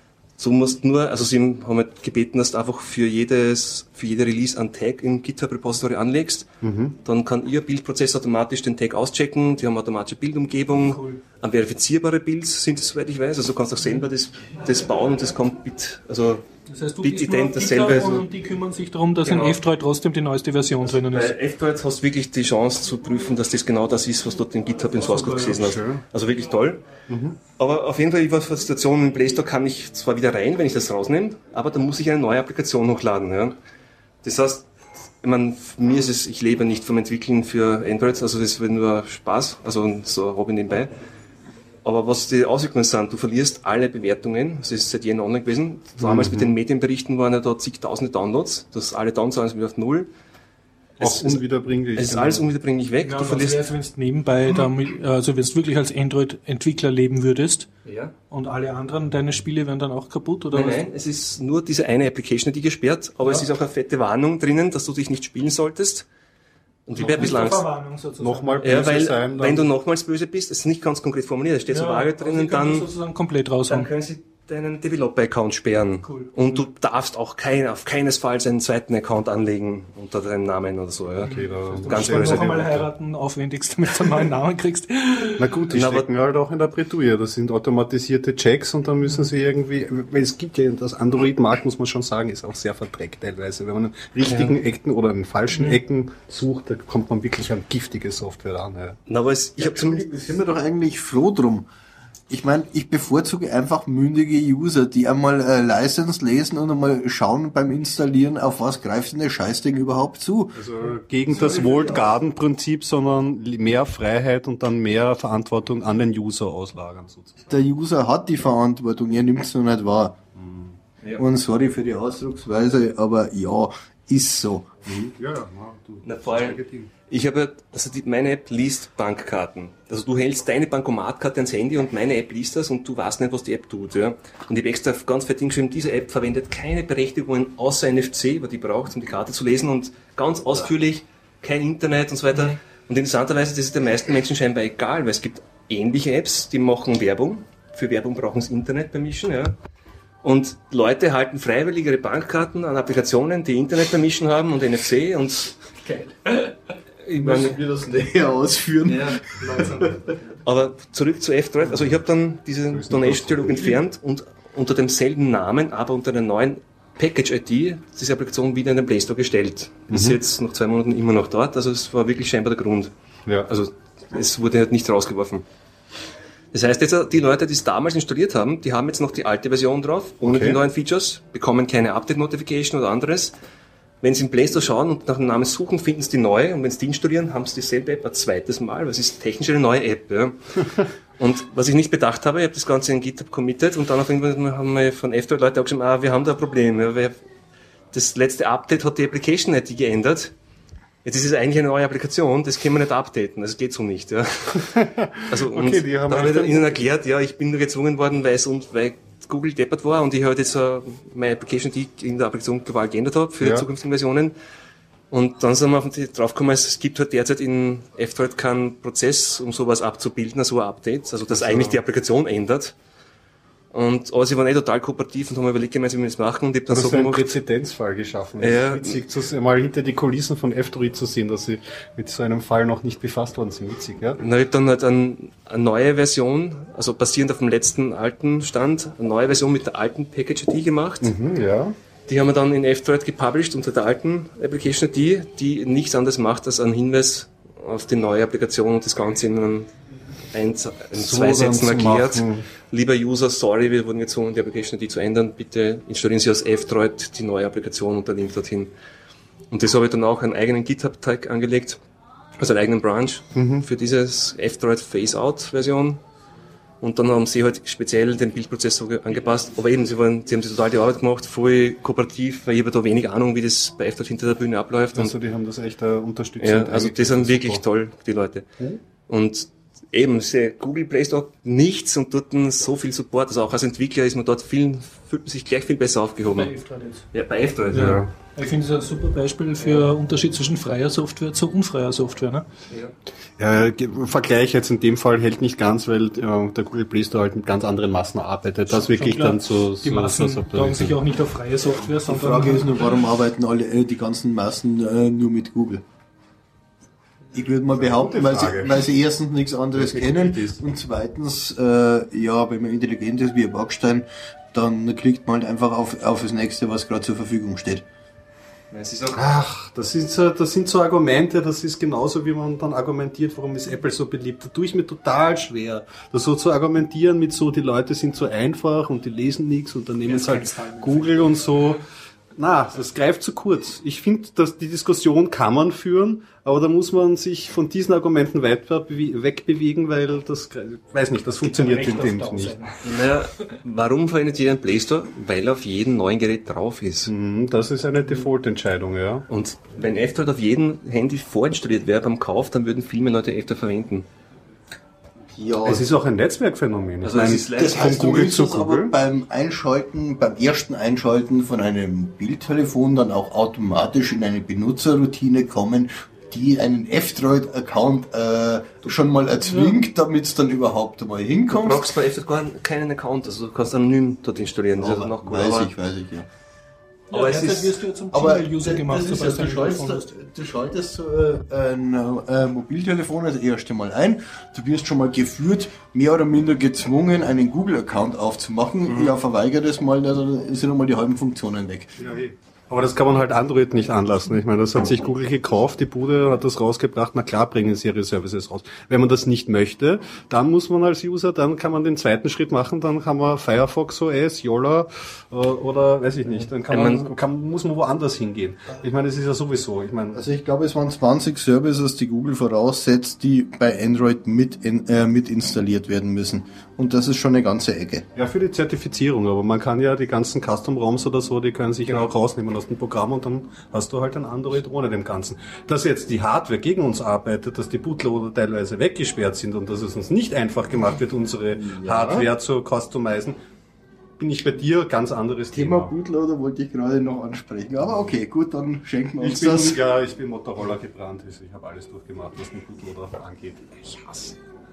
Du musst nur, also sie haben halt gebeten, dass du einfach für jedes, für jede Release einen Tag im GitHub Repository anlegst. Dann kann ihr Bildprozess automatisch den Tag auschecken. Die haben automatische Bildumgebung. Cool. An verifizierbare Builds sind es, soweit ich weiß. Also du kannst auch selber das, das bauen und das kommt bit, also Das heißt, du bist nur Bit-Ident auf dasselbe. GitHub So. und die kümmern sich darum, dass Genau. in F-Droid trotzdem die neueste Version drinnen ist. Bei F-Droid hast du wirklich die Chance zu prüfen, dass das genau das ist, was dort in GitHub im Source Code gelesen hast. Also wirklich toll. Aber auf jeden Fall, ich war für die Situation, im Play Store kann ich zwar wieder rein, wenn ich das rausnehme, aber dann muss ich eine neue Applikation hochladen. Ja. Das heißt, ich meine, mir ist es, ich lebe nicht vom Entwickeln für Android, also das wird nur Spaß, also so Hobby nebenbei. Aber was die Auswirkungen sind, du verlierst alle Bewertungen, das ist seit Jänner online gewesen. Damals Mhm. mit den Medienberichten waren ja da zigtausende Downloads, das alle Downloads sind wieder auf Null. Auch Es ist- unwiederbringlich. Es ist alles unwiederbringlich weg, Ja, du was verlierst... wär's, wenn du nebenbei damit, also wenn du wirklich als Android-Entwickler leben würdest Ja. und alle anderen deine Spiele wären dann auch kaputt, oder Nein, was? nein, es ist nur diese eine Application, die gesperrt, aber es ist auch eine fette Warnung drinnen, dass du dich nicht spielen solltest. Und wie wäre ein bisschen Angst. Verwarnung sozusagen. Nochmal böse Ja, weil, sein, dann wenn du nochmals böse bist, das ist nicht ganz konkret formuliert, da steht so vage aber sie drinnen, können dann, sozusagen komplett dann raushauen. können sie deinen Developer-Account sperren. Cool. Und du darfst auch kein, auf keinesfalls einen zweiten Account anlegen unter deinem Namen oder so. Ja. Okay, da Ganz Wenn du böse. noch einmal heiraten aufwendigst, damit du einen neuen Namen kriegst. Na gut, die Na, aber- stecken halt auch in der Bretouille. Das sind automatisierte Checks und dann müssen sie irgendwie, weil es gibt ja, das Android-Markt, muss man schon sagen, ist auch sehr verdreckt teilweise. Wenn man an richtigen Ecken oder an falschen Ecken sucht, da kommt man wirklich an giftige Software an. Ja. Na, aber es, ich habe zum, Sind wir doch eigentlich froh drum. Ich meine, ich bevorzuge einfach mündige User, die einmal äh, License lesen und einmal schauen beim Installieren, auf was greift denn das Scheißding überhaupt zu. Also gegen das Walled-Garden-Prinzip, sondern mehr Freiheit und dann mehr Verantwortung an den User auslagern sozusagen. Der User hat die Verantwortung, er nimmt es noch nicht wahr. Ja. Und sorry für die Ausdrucksweise, aber ja, ist so. Ja, ja, du. Na, vor allem, ich habe, also die, meine App liest Bankkarten. Also du hältst deine Bankomatkarte ans Handy und meine App liest das und du weißt nicht, was die App tut. Ja. Und ich habe extra ganz fett hingeschrieben, diese App verwendet keine Berechtigungen außer N F C, weil die braucht, um die Karte zu lesen und ganz ausführlich, kein Internet und so weiter. Und interessanterweise, das ist den meisten Menschen scheinbar egal, weil es gibt ähnliche Apps, die machen Werbung. Für Werbung brauchen sie Internet Permission, ja. Und Leute halten freiwillig ihre Bankkarten an Applikationen, die Internet Permission haben und N F C und ich meine, wir das näher ausführen? ja, aber zurück zu F-Droid. Also ich habe dann diesen Donation-Dialog entfernt und unter demselben Namen, aber unter der neuen Package-I D, diese Applikation wieder in den Play Store gestellt. Ist jetzt nach zwei Monaten immer noch dort. Also es war wirklich scheinbar der Grund. Ja. Also es wurde halt nicht rausgeworfen. Das heißt jetzt, die Leute, die es damals installiert haben, die haben jetzt noch die alte Version drauf, ohne okay. die neuen Features, bekommen keine Update-Notification oder anderes. Wenn sie im Play Store schauen und nach dem Namen suchen, finden sie die neue, und wenn sie die installieren, haben sie dieselbe App ein zweites Mal, weil es ist technisch eine neue App. Ja. Und was ich nicht bedacht habe, ich habe das Ganze in GitHub committed, und dann auf irgendwann haben wir von F-Droid Leute auch geschrieben, ah, wir haben da ein Problem. Ja, weil das letzte Update hat die Application I D geändert. Jetzt ist es eigentlich eine neue Applikation, das können wir nicht updaten, das geht so nicht. Ja. Also, okay, und die haben dann habe ich ihnen erklärt, ja, ich bin nur gezwungen worden, weil es und weil Google deppert war und ich halt jetzt uh, meine Application, die ich in der Applikation global geändert habe für ja. zukünftige Versionen. Und dann sind wir drauf gekommen, es gibt halt derzeit in F-Droid keinen Prozess, um sowas abzubilden, so ein Update, also dass also. eigentlich die Applikation ändert. Und, aber sie waren eh total kooperativ und haben überlegt, wie wir das machen. Und ich hab dann das so ist ein Präzedenzfall geschaffen. Es ja. ist witzig, zu, mal hinter die Kulissen von F-Droid zu sehen, dass sie mit so einem Fall noch nicht befasst worden sind. Witzig, ja? Und dann hab ich dann halt ein, eine neue Version, also basierend auf dem letzten alten Stand, eine neue Version mit der alten Package I D gemacht. Mhm, ja. Die haben wir dann in F-Droid gepublished unter der alten Application I D, die nichts anderes macht als einen Hinweis auf die neue Applikation und das Ganze in einem ein, in so zwei Sätzen erklärt. Machen. Lieber User, sorry, wir wurden gezwungen, die Application I D zu ändern. Bitte installieren Sie aus F-Droid die neue Applikation und der Link dorthin. Und das habe ich dann auch einen eigenen GitHub-Tag angelegt, also einen eigenen Branch mhm. für dieses F-Droid Phase-Out-Version. Und dann haben sie halt speziell den Bildprozessor angepasst. Aber eben, sie, waren, sie haben sich total die Arbeit gemacht, voll kooperativ, weil ich habe da wenig Ahnung, wie das bei F-Droid hinter der Bühne abläuft. Also die haben das echt uh, unterstützt. Ja, also die sind wirklich super. Toll, die Leute. Mhm. Und eben, Google Play Store nichts und dort so viel Support. Also auch als Entwickler ist man dort viel, fühlt man sich gleich viel besser aufgehoben. Bei F-Droid jetzt. Ja, bei F-Droid, ja. ja. Ich finde es ein super Beispiel für ja. Unterschied zwischen freier Software zu unfreier Software. Ne? Ja. Ja, Vergleich jetzt in dem Fall hält nicht ganz, weil äh, der Google Play Store halt mit ganz anderen Massen arbeitet. Das wirklich dann so... Die Massen so, glauben sich auch nicht auf freie Software, sondern... Die Frage ist nur, warum arbeiten alle äh, die ganzen Massen äh, nur mit Google? Ich würde mal behaupten, weil sie, weil sie erstens nichts anderes kennen und zweitens, äh, ja, wenn man intelligent ist wie ein Backstein, dann klickt man halt einfach auf, auf das nächste, was gerade zur Verfügung steht. Ach, das sind, so, das sind so Argumente, das ist genauso, wie man dann argumentiert, warum ist Apple so beliebt. Da tue ich mir total schwer, das so zu argumentieren mit so, die Leute sind so einfach und die lesen nichts und dann nehmen sie halt Google und so. Na, das greift zu kurz. Ich finde, dass die Diskussion kann man führen, aber da muss man sich von diesen Argumenten weiter wegbewegen, weil das, weiß nicht, das funktioniert in dem nicht. Naja, warum verwendet jeder einen Play Store? Weil er auf jedem neuen Gerät drauf ist. Das ist eine Default-Entscheidung, ja. Und wenn F-Droid auf jedem Handy vorinstalliert wäre beim Kauf, dann würden viel mehr Leute F-Droid verwenden. Ja, es ist auch ein Netzwerkphänomen. Also es ist das heißt, von Google zu Google. Aber beim Einschalten, beim ersten Einschalten von einem Bildtelefon dann auch automatisch in eine Benutzerroutine kommen, die einen F-Droid-Account äh, schon mal erzwingt, ja. damit es dann überhaupt einmal hinkommt. Du brauchst bei F-Droid keinen Account, also du kannst anonym dort installieren. Das ist noch gut. Weiß ich, weiß ich, ja. Ja, aber es ist, wirst du ja zum Gmail-User gemacht, das ist ja, du, schaltest, du schaltest so ein äh, Mobiltelefon das erste Mal ein, du wirst schon mal geführt, mehr oder minder gezwungen, einen Google-Account aufzumachen. Mhm. Ja, verweigere das mal, dann sind nochmal die halben Funktionen weg. Ja, hey. Aber das kann man halt Android nicht anlassen. Ich meine, das hat sich Google gekauft, die Bude hat das rausgebracht, na klar bringen sie ihre Services raus. Wenn man das nicht möchte, dann muss man als User, dann kann man den zweiten Schritt machen, dann kann man Firefox O S, Yola oder weiß ich nicht, dann kann man, kann, muss man woanders hingehen. Ich meine, das ist ja sowieso. Ich meine, also ich glaube, es waren zwanzig Services, die Google voraussetzt, die bei Android mit, in, äh, mit installiert werden müssen. Und das ist schon eine ganze Ecke. Ja, für die Zertifizierung, aber man kann ja die ganzen Custom-ROMs oder so, die können sich genau rausnehmen aus dem Programm und dann hast du halt ein Android ohne dem Ganzen. Dass jetzt die Hardware gegen uns arbeitet, dass die Bootloader teilweise weggesperrt sind und dass es uns nicht einfach gemacht wird, unsere ja. Hardware zu customizen, bin ich bei dir, ganz anderes Thema. Thema Bootloader wollte ich gerade noch ansprechen, aber okay, gut, dann schenken wir uns ich bin, das. Ja, ich bin Motorola gebrannt, also ich habe alles durchgemacht, was den Bootloader angeht. Ich hasse.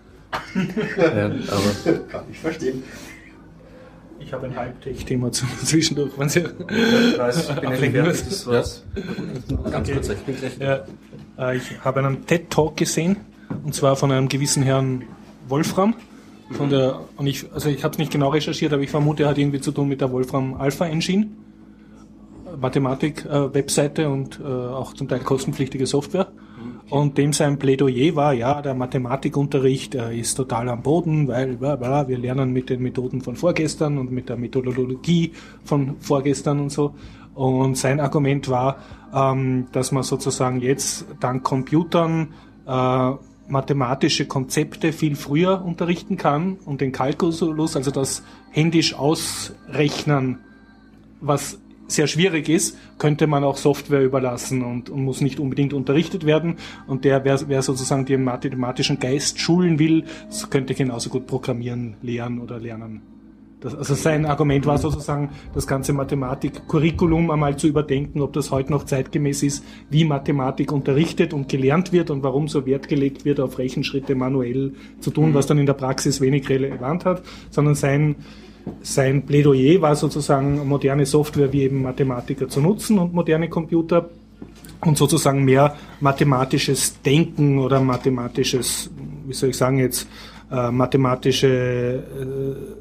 ja, aber kann ich verstehen. Ich habe ein Halbtech-Thema zwischendurch, wenn Sie ich bin fertig, das war's. Ganz kurz, ich bin gleich. Ja, ich habe einen TED-Talk gesehen, und zwar von einem gewissen Herrn Wolfram. Von der, und ich, also ich habe es nicht genau recherchiert, aber ich vermute, er hat irgendwie zu tun mit der Wolfram Alpha Engine, Mathematik-Webseite äh, und äh, auch zum Teil kostenpflichtige Software. Und dem sein Plädoyer war, ja, der Mathematikunterricht äh, ist total am Boden, weil bla bla, wir lernen mit den Methoden von vorgestern und mit der Methodologie von vorgestern und so. Und sein Argument war, ähm, dass man sozusagen jetzt dank Computern äh, mathematische Konzepte viel früher unterrichten kann und den Kalkulus, also das händisch ausrechnen, was sehr schwierig ist, könnte man auch Software überlassen und, und muss nicht unbedingt unterrichtet werden. Und der, wer, wer sozusagen den mathematischen Geist schulen will, könnte genauso gut programmieren, lehren oder lernen. Das, also sein Argument war sozusagen, das ganze Mathematik-Curriculum einmal zu überdenken, ob das heute noch zeitgemäß ist, wie Mathematik unterrichtet und gelernt wird und warum so Wert gelegt wird, auf Rechenschritte manuell zu tun, was dann in der Praxis wenig relevant hat, sondern sein, sein Plädoyer war sozusagen, moderne Software wie eben Mathematiker zu nutzen und moderne Computer und sozusagen mehr mathematisches Denken oder mathematisches, wie soll ich sagen jetzt, äh, mathematische äh,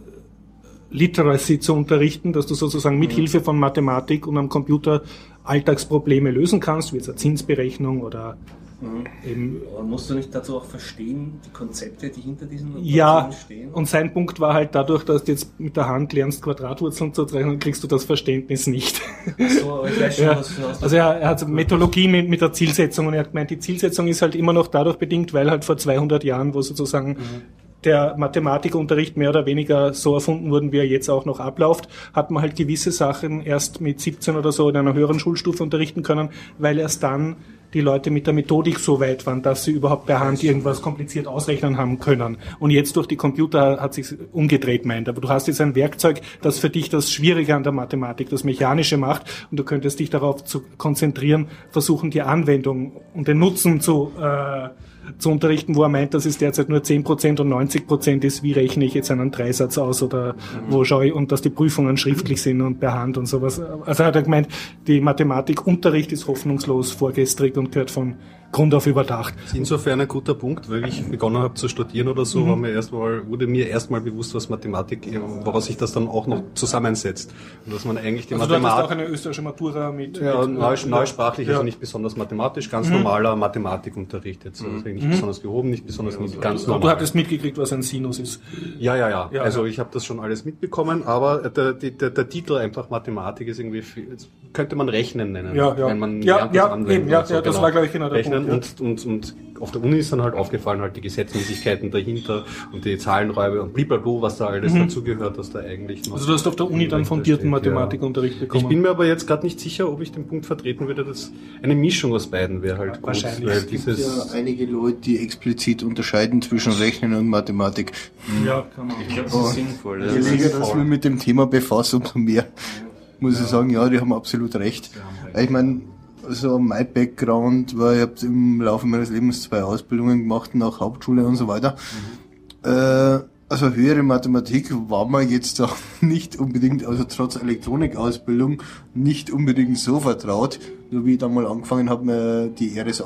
Literacy zu unterrichten, dass du sozusagen mit Hilfe von Mathematik und am Computer Alltagsprobleme lösen kannst, wie jetzt eine Zinsberechnung oder mhm. eben. Aber musst du nicht dazu auch verstehen, die Konzepte, die hinter diesen Operationen ja, stehen? Und sein Punkt war halt dadurch, dass du jetzt mit der Hand lernst, Quadratwurzeln zu rechnen, kriegst du das Verständnis nicht. Ach so, ich weiß schon, ja. was du hast. Also er, er hat Methodologie mit, mit der Zielsetzung und er hat gemeint, die Zielsetzung ist halt immer noch dadurch bedingt, weil halt vor zweihundert Jahren, wo sozusagen mhm. der Mathematikunterricht mehr oder weniger so erfunden wurden, wie er jetzt auch noch abläuft, hat man halt gewisse Sachen erst mit siebzehn oder so in einer höheren Schulstufe unterrichten können, weil erst dann die Leute mit der Methodik so weit waren, dass sie überhaupt per Hand irgendwas kompliziert ausrechnen haben können. Und jetzt durch die Computer hat sich umgedreht, meint. Aber du hast jetzt ein Werkzeug, das für dich das Schwierige an der Mathematik, das Mechanische macht, und du könntest dich darauf zu konzentrieren, versuchen, die Anwendung und den Nutzen zu äh, zu unterrichten, wo er meint, dass es derzeit nur zehn Prozent und neunzig Prozent ist, wie rechne ich jetzt einen Dreisatz aus oder mhm. wo schaue ich, und dass die Prüfungen schriftlich sind und per Hand und sowas. Also hat er gemeint, die Mathematikunterricht ist hoffnungslos vorgestrig und gehört von Grund auf überdacht. Das ist insofern ein guter Punkt, weil ich begonnen habe zu studieren oder so, mhm. war mir erst mal, wurde mir erstmal bewusst, was Mathematik, woraus sich das dann auch noch zusammensetzt. Und dass man eigentlich die also Mathematik... Also du hattest auch eine österreichische Matura mit... Ja, mit, neu, äh, neusprachlich, ja. also nicht besonders mathematisch, ganz mhm. normaler Mathematikunterricht jetzt. Also nicht mhm. besonders gehoben, nicht besonders nicht ganz normal. Du hattest mitgekriegt, was ein Sinus ist. Ja, ja, ja. ja also ja. ich habe das schon alles mitbekommen, aber der, der, der Titel einfach Mathematik ist irgendwie, viel, könnte man Rechnen nennen. Ja, ja. Wenn man ja, lernt, ja, das anwenden. Eben, ja, also, ja, das genau. war, glaube ich, genau der Rechnen Punkt. Ja. Und, und, und auf der Uni ist dann halt aufgefallen, halt die Gesetzmäßigkeiten dahinter und die Zahlenräume und blablabla, was da alles mhm. dazugehört, dass da eigentlich noch... Also du hast auf der Uni dann fundierten Mathematikunterricht bekommen. Ich bin mir aber jetzt gerade nicht sicher, ob ich den Punkt vertreten würde, dass eine Mischung aus beiden wäre halt gut. Wahrscheinlich. Weil Es gibt dieses ja einige Leute, die explizit unterscheiden zwischen Rechnen und Mathematik. Ja, kann man. Ich glaube, das ist sinnvoll. Je länger dass wir mit dem Thema befassen, umso mehr muss ich sagen, ja, die haben absolut recht. Ich meine, so mein Background war, ich habe im Laufe meines Lebens zwei Ausbildungen gemacht, nach Hauptschule und so weiter. Mhm. Äh, also höhere Mathematik war mir jetzt auch nicht unbedingt, also trotz Elektronikausbildung, nicht unbedingt so vertraut. Nur wie ich dann mal angefangen habe, mir die R S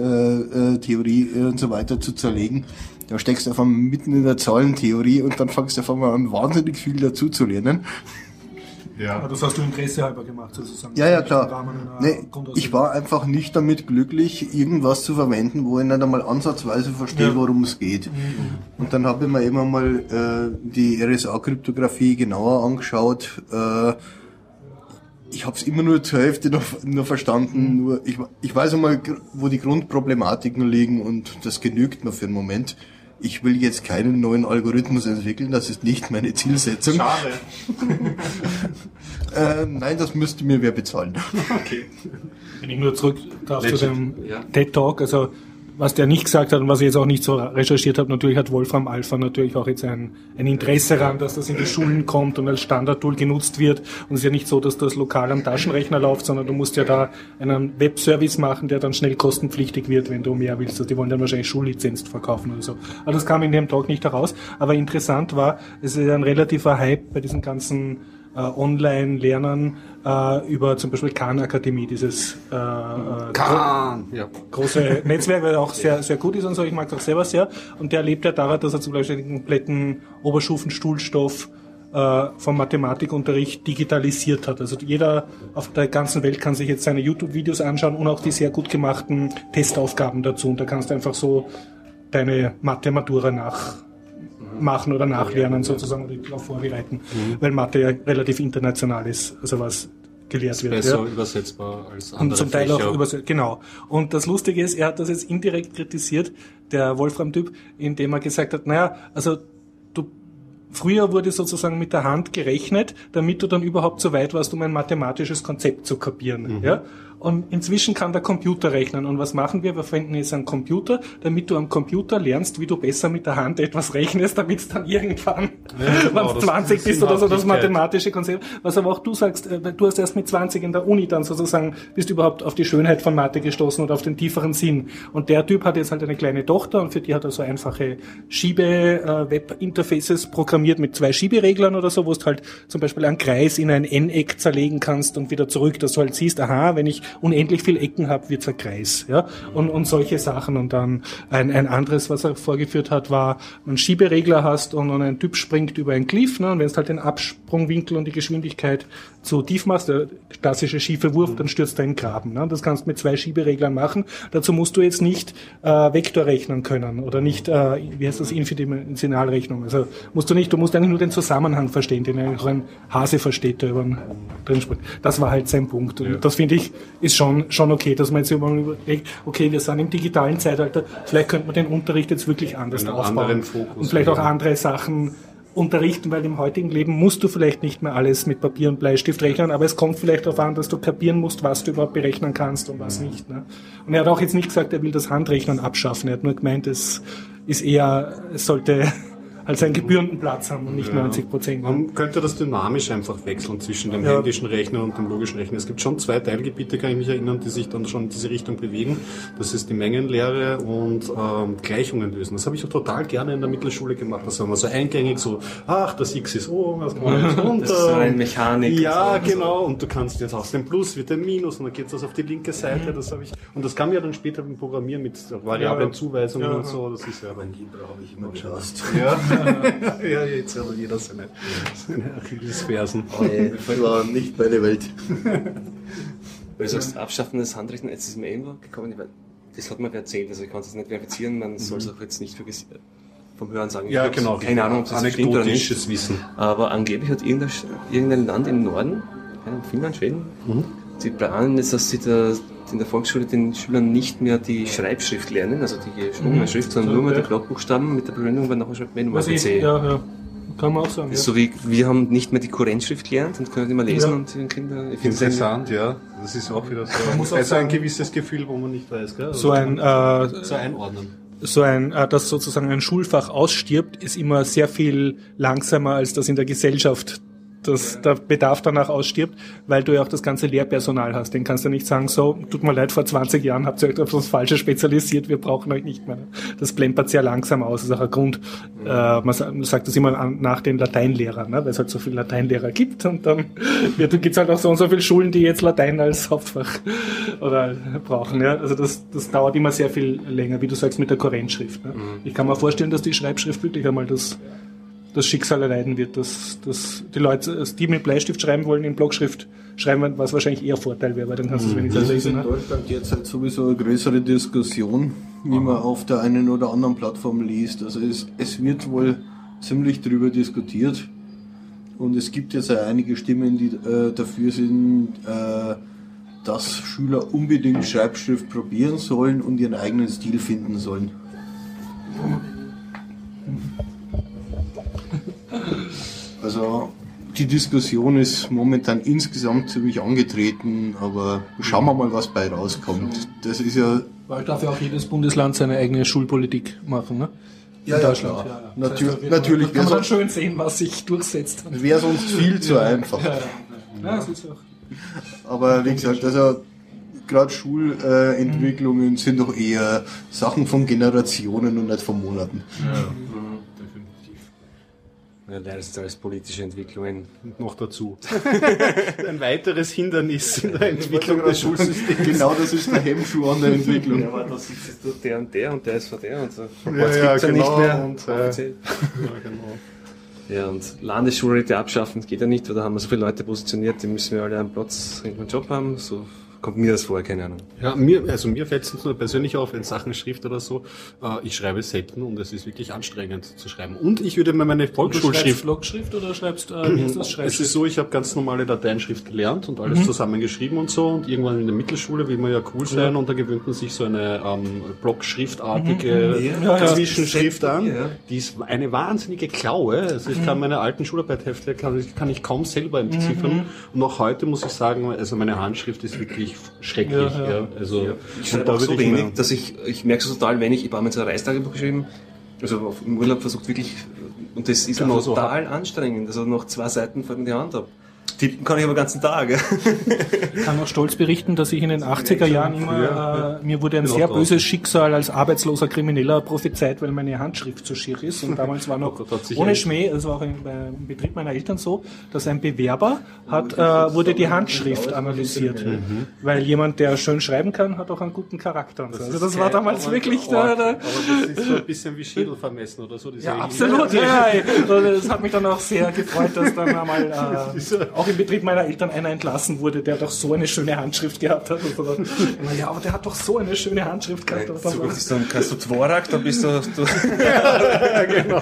A-Theorie äh, äh, und so weiter zu zerlegen. Da steckst du auf einmal mitten in der Zahlentheorie und dann fängst du auf einmal an, wahnsinnig viel dazu zu lernen. Ja. Aber das hast du Interesse halber gemacht, sozusagen. Ja, ja, klar. Nee, ich war einfach nicht damit glücklich, irgendwas zu verwenden, wo ich nicht einmal ansatzweise verstehe, ja. worum es geht. Mhm. Und dann habe ich mir immer mal äh, die R S A-Kryptographie genauer angeschaut. Äh, ich habe es immer nur zur Hälfte noch, nur verstanden. Mhm. Nur ich, ich weiß einmal, wo die Grundproblematiken liegen, und das genügt mir für einen Moment. Ich will jetzt keinen neuen Algorithmus entwickeln, das ist nicht meine Zielsetzung. Schade. äh, nein, das müsste mir wer bezahlen. Okay. Wenn ich nur zurück darf Legend. zu dem ja. TED Talk, also was der nicht gesagt hat und was ich jetzt auch nicht so recherchiert habe, natürlich hat Wolfram Alpha natürlich auch jetzt ein, ein Interesse daran, dass das in die Schulen kommt und als Standardtool genutzt wird. Und es ist ja nicht so, dass das lokal am Taschenrechner läuft, sondern du musst ja da einen Webservice machen, der dann schnell kostenpflichtig wird, wenn du mehr willst. Also die wollen dann wahrscheinlich Schullizenz verkaufen oder so. Aber das kam in dem Talk nicht heraus. Aber interessant war, es ist ein relativer Hype bei diesen ganzen äh, Online-Lernern äh, über zum Beispiel Khan Akademie, dieses äh, äh, Khan, ja. große Netzwerk, weil auch sehr sehr gut ist und so. Ich mag es auch selber sehr. Und der lebt ja daran, dass er zum Beispiel den kompletten Oberstufenschulstoff äh, äh, vom Mathematikunterricht digitalisiert hat. Also jeder auf der ganzen Welt kann sich jetzt seine YouTube-Videos anschauen und auch die sehr gut gemachten Testaufgaben dazu. Und da kannst du einfach so deine Mathe-Matura nachmachen oder nachlernen sozusagen oder darauf vorbereiten, mhm. weil Mathe ja relativ international ist, also was gelehrt wird. Besser ja. übersetzbar als andere Und zum Teil Fächer. auch übersetzt, genau. Und das Lustige ist, er hat das jetzt indirekt kritisiert, der Wolfram-Typ, indem er gesagt hat, naja, also du früher wurde sozusagen mit der Hand gerechnet, damit du dann überhaupt so weit warst, um ein mathematisches Konzept zu kapieren. Mhm. Ja? Und inzwischen kann der Computer rechnen. Und was machen wir? Wir verwenden jetzt einen Computer, damit du am Computer lernst, wie du besser mit der Hand etwas rechnest, damit es dann irgendwann, ja, genau, wenn du zwanzig bist oder so, das mathematische Konzept. Was aber auch du sagst, du hast erst mit zwanzig in der Uni dann sozusagen, bist überhaupt auf die Schönheit von Mathe gestoßen und auf den tieferen Sinn. Und der Typ hat jetzt halt eine kleine Tochter und für die hat er so einfache Schiebe-Web-Interfaces programmiert mit zwei Schiebereglern oder so, wo du halt zum Beispiel einen Kreis in ein N-Eck zerlegen kannst und wieder zurück, dass du halt siehst, aha, wenn ich unendlich viele Ecken habe, wird's ein Kreis, ja, und, und solche Sachen. Und dann ein, ein anderes, was er vorgeführt hat, war, einen Schieberegler hast und, und ein Typ springt über ein Cliff, ne, und wenn du halt den Absprungwinkel und die Geschwindigkeit zu tief machst, der klassische schiefe Wurf, dann stürzt er in den Graben, ne, das kannst du mit zwei Schiebereglern machen. Dazu musst du jetzt nicht äh, Vektor rechnen können oder nicht, äh, wie heißt das, Infidimensionalrechnung, also musst du nicht, du musst eigentlich nur den Zusammenhang verstehen, den eigentlich ein Hase versteht, der über den drin springt. Das war halt sein Punkt. Und ja. das finde ich, ist schon, schon okay, dass man jetzt überlegt, okay, wir sind im digitalen Zeitalter, vielleicht könnte man den Unterricht jetzt wirklich anders einen aufbauen Fokus, und vielleicht ja. auch andere Sachen unterrichten, weil im heutigen Leben musst du vielleicht nicht mehr alles mit Papier und Bleistift rechnen, aber es kommt vielleicht darauf an, dass du kapieren musst, was du überhaupt berechnen kannst und was nicht. Ne? Und er hat auch jetzt nicht gesagt, er will das Handrechnen abschaffen, er hat nur gemeint, es ist eher, es sollte halt seinen gebührenden Platz haben und nicht ja. neunzig Prozent. Man könnte das dynamisch einfach wechseln zwischen dem ja. händischen Rechnen und dem logischen Rechnen. Es gibt schon zwei Teilgebiete, kann ich mich erinnern, die sich dann schon in diese Richtung bewegen. Das ist die Mengenlehre und ähm, Gleichungen lösen. Das habe ich auch total gerne in der Mittelschule gemacht. Das war immer so eingängig, so, ach, das X ist oben, das kommt jetzt runter. Das ist so eine Mechanik. Ja, so. genau. Und du kannst jetzt aus dem Plus wird ein Minus und dann geht das auf die linke Seite. Das habe ich, und das kam ja dann später beim Programmieren mit variablen ja. Zuweisungen ja. und so. Das ist ja mein Lieber, habe ich immer geschasst. Ja. Ja, jetzt hat jeder seine, seine Achillesfersen. Das war nicht meine Welt. Weil du sagst, Abschaffen des Handrechnens, jetzt ist mir irgendwo gekommen, das hat mir wer erzählt, also ich kann es nicht verifizieren, man mhm. soll es auch jetzt nicht für, vom Hören sagen. Ja, genau. Keine Ahnung, ob das stimmt oder nicht. Wissen. Aber angeblich hat irgendein, irgendein Land im Norden, Finnland, Schweden, mhm. die planen jetzt, dass sie da in der Volksschule den Schülern nicht mehr die Schreibschrift lernen, also die geschwungene mhm. Schrift, sondern so, nur mehr ja. die Blockbuchstaben mit der Begründung, weil nachher schreibt man nur A B C. Ja, ja. Kann man auch sagen. Ja. So wie wir haben nicht mehr die Kurrentschrift gelernt und können nicht mehr lesen ja. und die Kinder. Ich finde interessant, ja. Das ist auch wieder so. Man muss auch also sagen, ein gewisses Gefühl, wo man nicht weiß, gell? So ein äh, so einordnen. So ein, äh, dass sozusagen ein Schulfach ausstirbt, ist immer sehr viel langsamer, als das in der Gesellschaft dass der Bedarf danach ausstirbt, weil du ja auch das ganze Lehrpersonal hast. Den kannst du nicht sagen, so, tut mir leid, vor zwanzig Jahren habt ihr euch auf das Falsche spezialisiert, wir brauchen euch nicht mehr. Das plempert sehr langsam aus, das ist auch ein Grund. Mhm. Äh, man sagt das immer an, nach den Lateinlehrern, ne? Weil es halt so viele Lateinlehrer gibt und dann gibt es halt auch so und so viele Schulen, die jetzt Latein als Hauptfach oder brauchen. Ja? Also das, das dauert immer sehr viel länger, wie du sagst, mit der Kurrentschrift. Ne? Mhm. Ich kann mir vorstellen, dass die Schreibschrift wirklich einmal das das Schicksal erleiden wird, dass, dass die Leute, die mit Bleistift schreiben wollen, in Blockschrift schreiben, was wahrscheinlich eher Vorteil wäre, weil dann kannst du es wenigstens lesen. Das ist in Deutschland jetzt halt sowieso eine größere Diskussion, wie man auf der einen oder anderen Plattform liest. Also es, es wird wohl ziemlich drüber diskutiert und es gibt jetzt auch einige Stimmen, die äh, dafür sind, äh, dass Schüler unbedingt Schreibschrift probieren sollen und ihren eigenen Stil finden sollen. Also die Diskussion ist momentan insgesamt ziemlich angetreten, aber schauen wir mal, was bei rauskommt. Das ist ja... Weil darf ja auch jedes Bundesland seine eigene Schulpolitik machen, ne? In ja, Deutschland. Ja, ja. Das Natür- heißt, da natürlich. Da kann man dann schön sehen, was sich durchsetzt. Wäre sonst viel zu ja, einfach. Ja, ja. Ja, das ist auch. Aber wie gesagt, also gerade Schulentwicklungen äh, sind doch eher Sachen von Generationen und nicht von Monaten. Ja. Ja, leider sind alles politische Entwicklungen noch dazu. Ein weiteres Hindernis in der Entwicklung des Schulsystems. Genau, das ist der Hemmschuh an der Entwicklung. Ja, aber das ist der und der und der ist von der und so. Ja, ja, gibt's genau. Ja nicht mehr und, äh, ja, genau. Ja, und Landesschulräte abschaffen, das geht ja nicht, weil da haben wir so viele Leute positioniert, die müssen wir alle einen Platz, irgendeinen Job haben, so kommt mir das vor, keine Ahnung. Ja, mir, also mir fällt es nur persönlich auf, in Sachen Schrift oder so, äh, ich schreibe selten und es ist wirklich anstrengend zu schreiben. Und ich würde mir meine Volksschulschrift... Du schreibst Logschrift oder schreibst, äh, wie ist das, Es ist so, ich habe ganz normale Lateinschrift gelernt und alles mhm. zusammengeschrieben und so und irgendwann in der Mittelschule will man ja cool sein ja. und da gewöhnt man sich so eine ähm, Blockschriftartige mhm. ja, ja. Zwischenschrift an. Ja. Die ist eine wahnsinnige Klaue. Also ich mhm. kann meine alten Schularbeithefte kann, kann ich kaum selber entziffern mhm. und auch heute muss ich sagen, also meine Handschrift ist wirklich schrecklich. Ja, ja. Ja, also ja. Ich schreibe auch so wenig, dass ich, ich merke es total wenig, ich habe mir jetzt ein Reistagebuch geschrieben, also im Urlaub versucht wirklich, und das ist genau total so anstrengend, also noch zwei Seiten fällt mir die Hand ab. Tippen kann ich aber den ganzen Tag. Ich kann auch stolz berichten, dass ich in den achtziger Jahren immer, äh, mir wurde ein sehr böses Schicksal als arbeitsloser Krimineller prophezeit, weil meine Handschrift so schier ist. Und damals war noch ohne Schmäh, es war auch im, im Betrieb meiner Eltern so, dass ein Bewerber hat, äh, wurde die Handschrift analysiert. Mhm. Weil jemand, der schön schreiben kann, hat auch einen guten Charakter. Das also das war damals wirklich der, der... Aber das ist so ein bisschen wie Schädel vermessen oder so. Ja, absolut. Ja, ja. Das hat mich dann auch sehr gefreut, dass dann einmal... Äh, auch im Betrieb meiner Eltern einer entlassen wurde, der doch so eine schöne Handschrift gehabt hat. Und so. Ja, aber der hat doch so eine schöne Handschrift gehabt. Ja, so ist dann kannst du Dvorak, dann bist du... du ja, genau.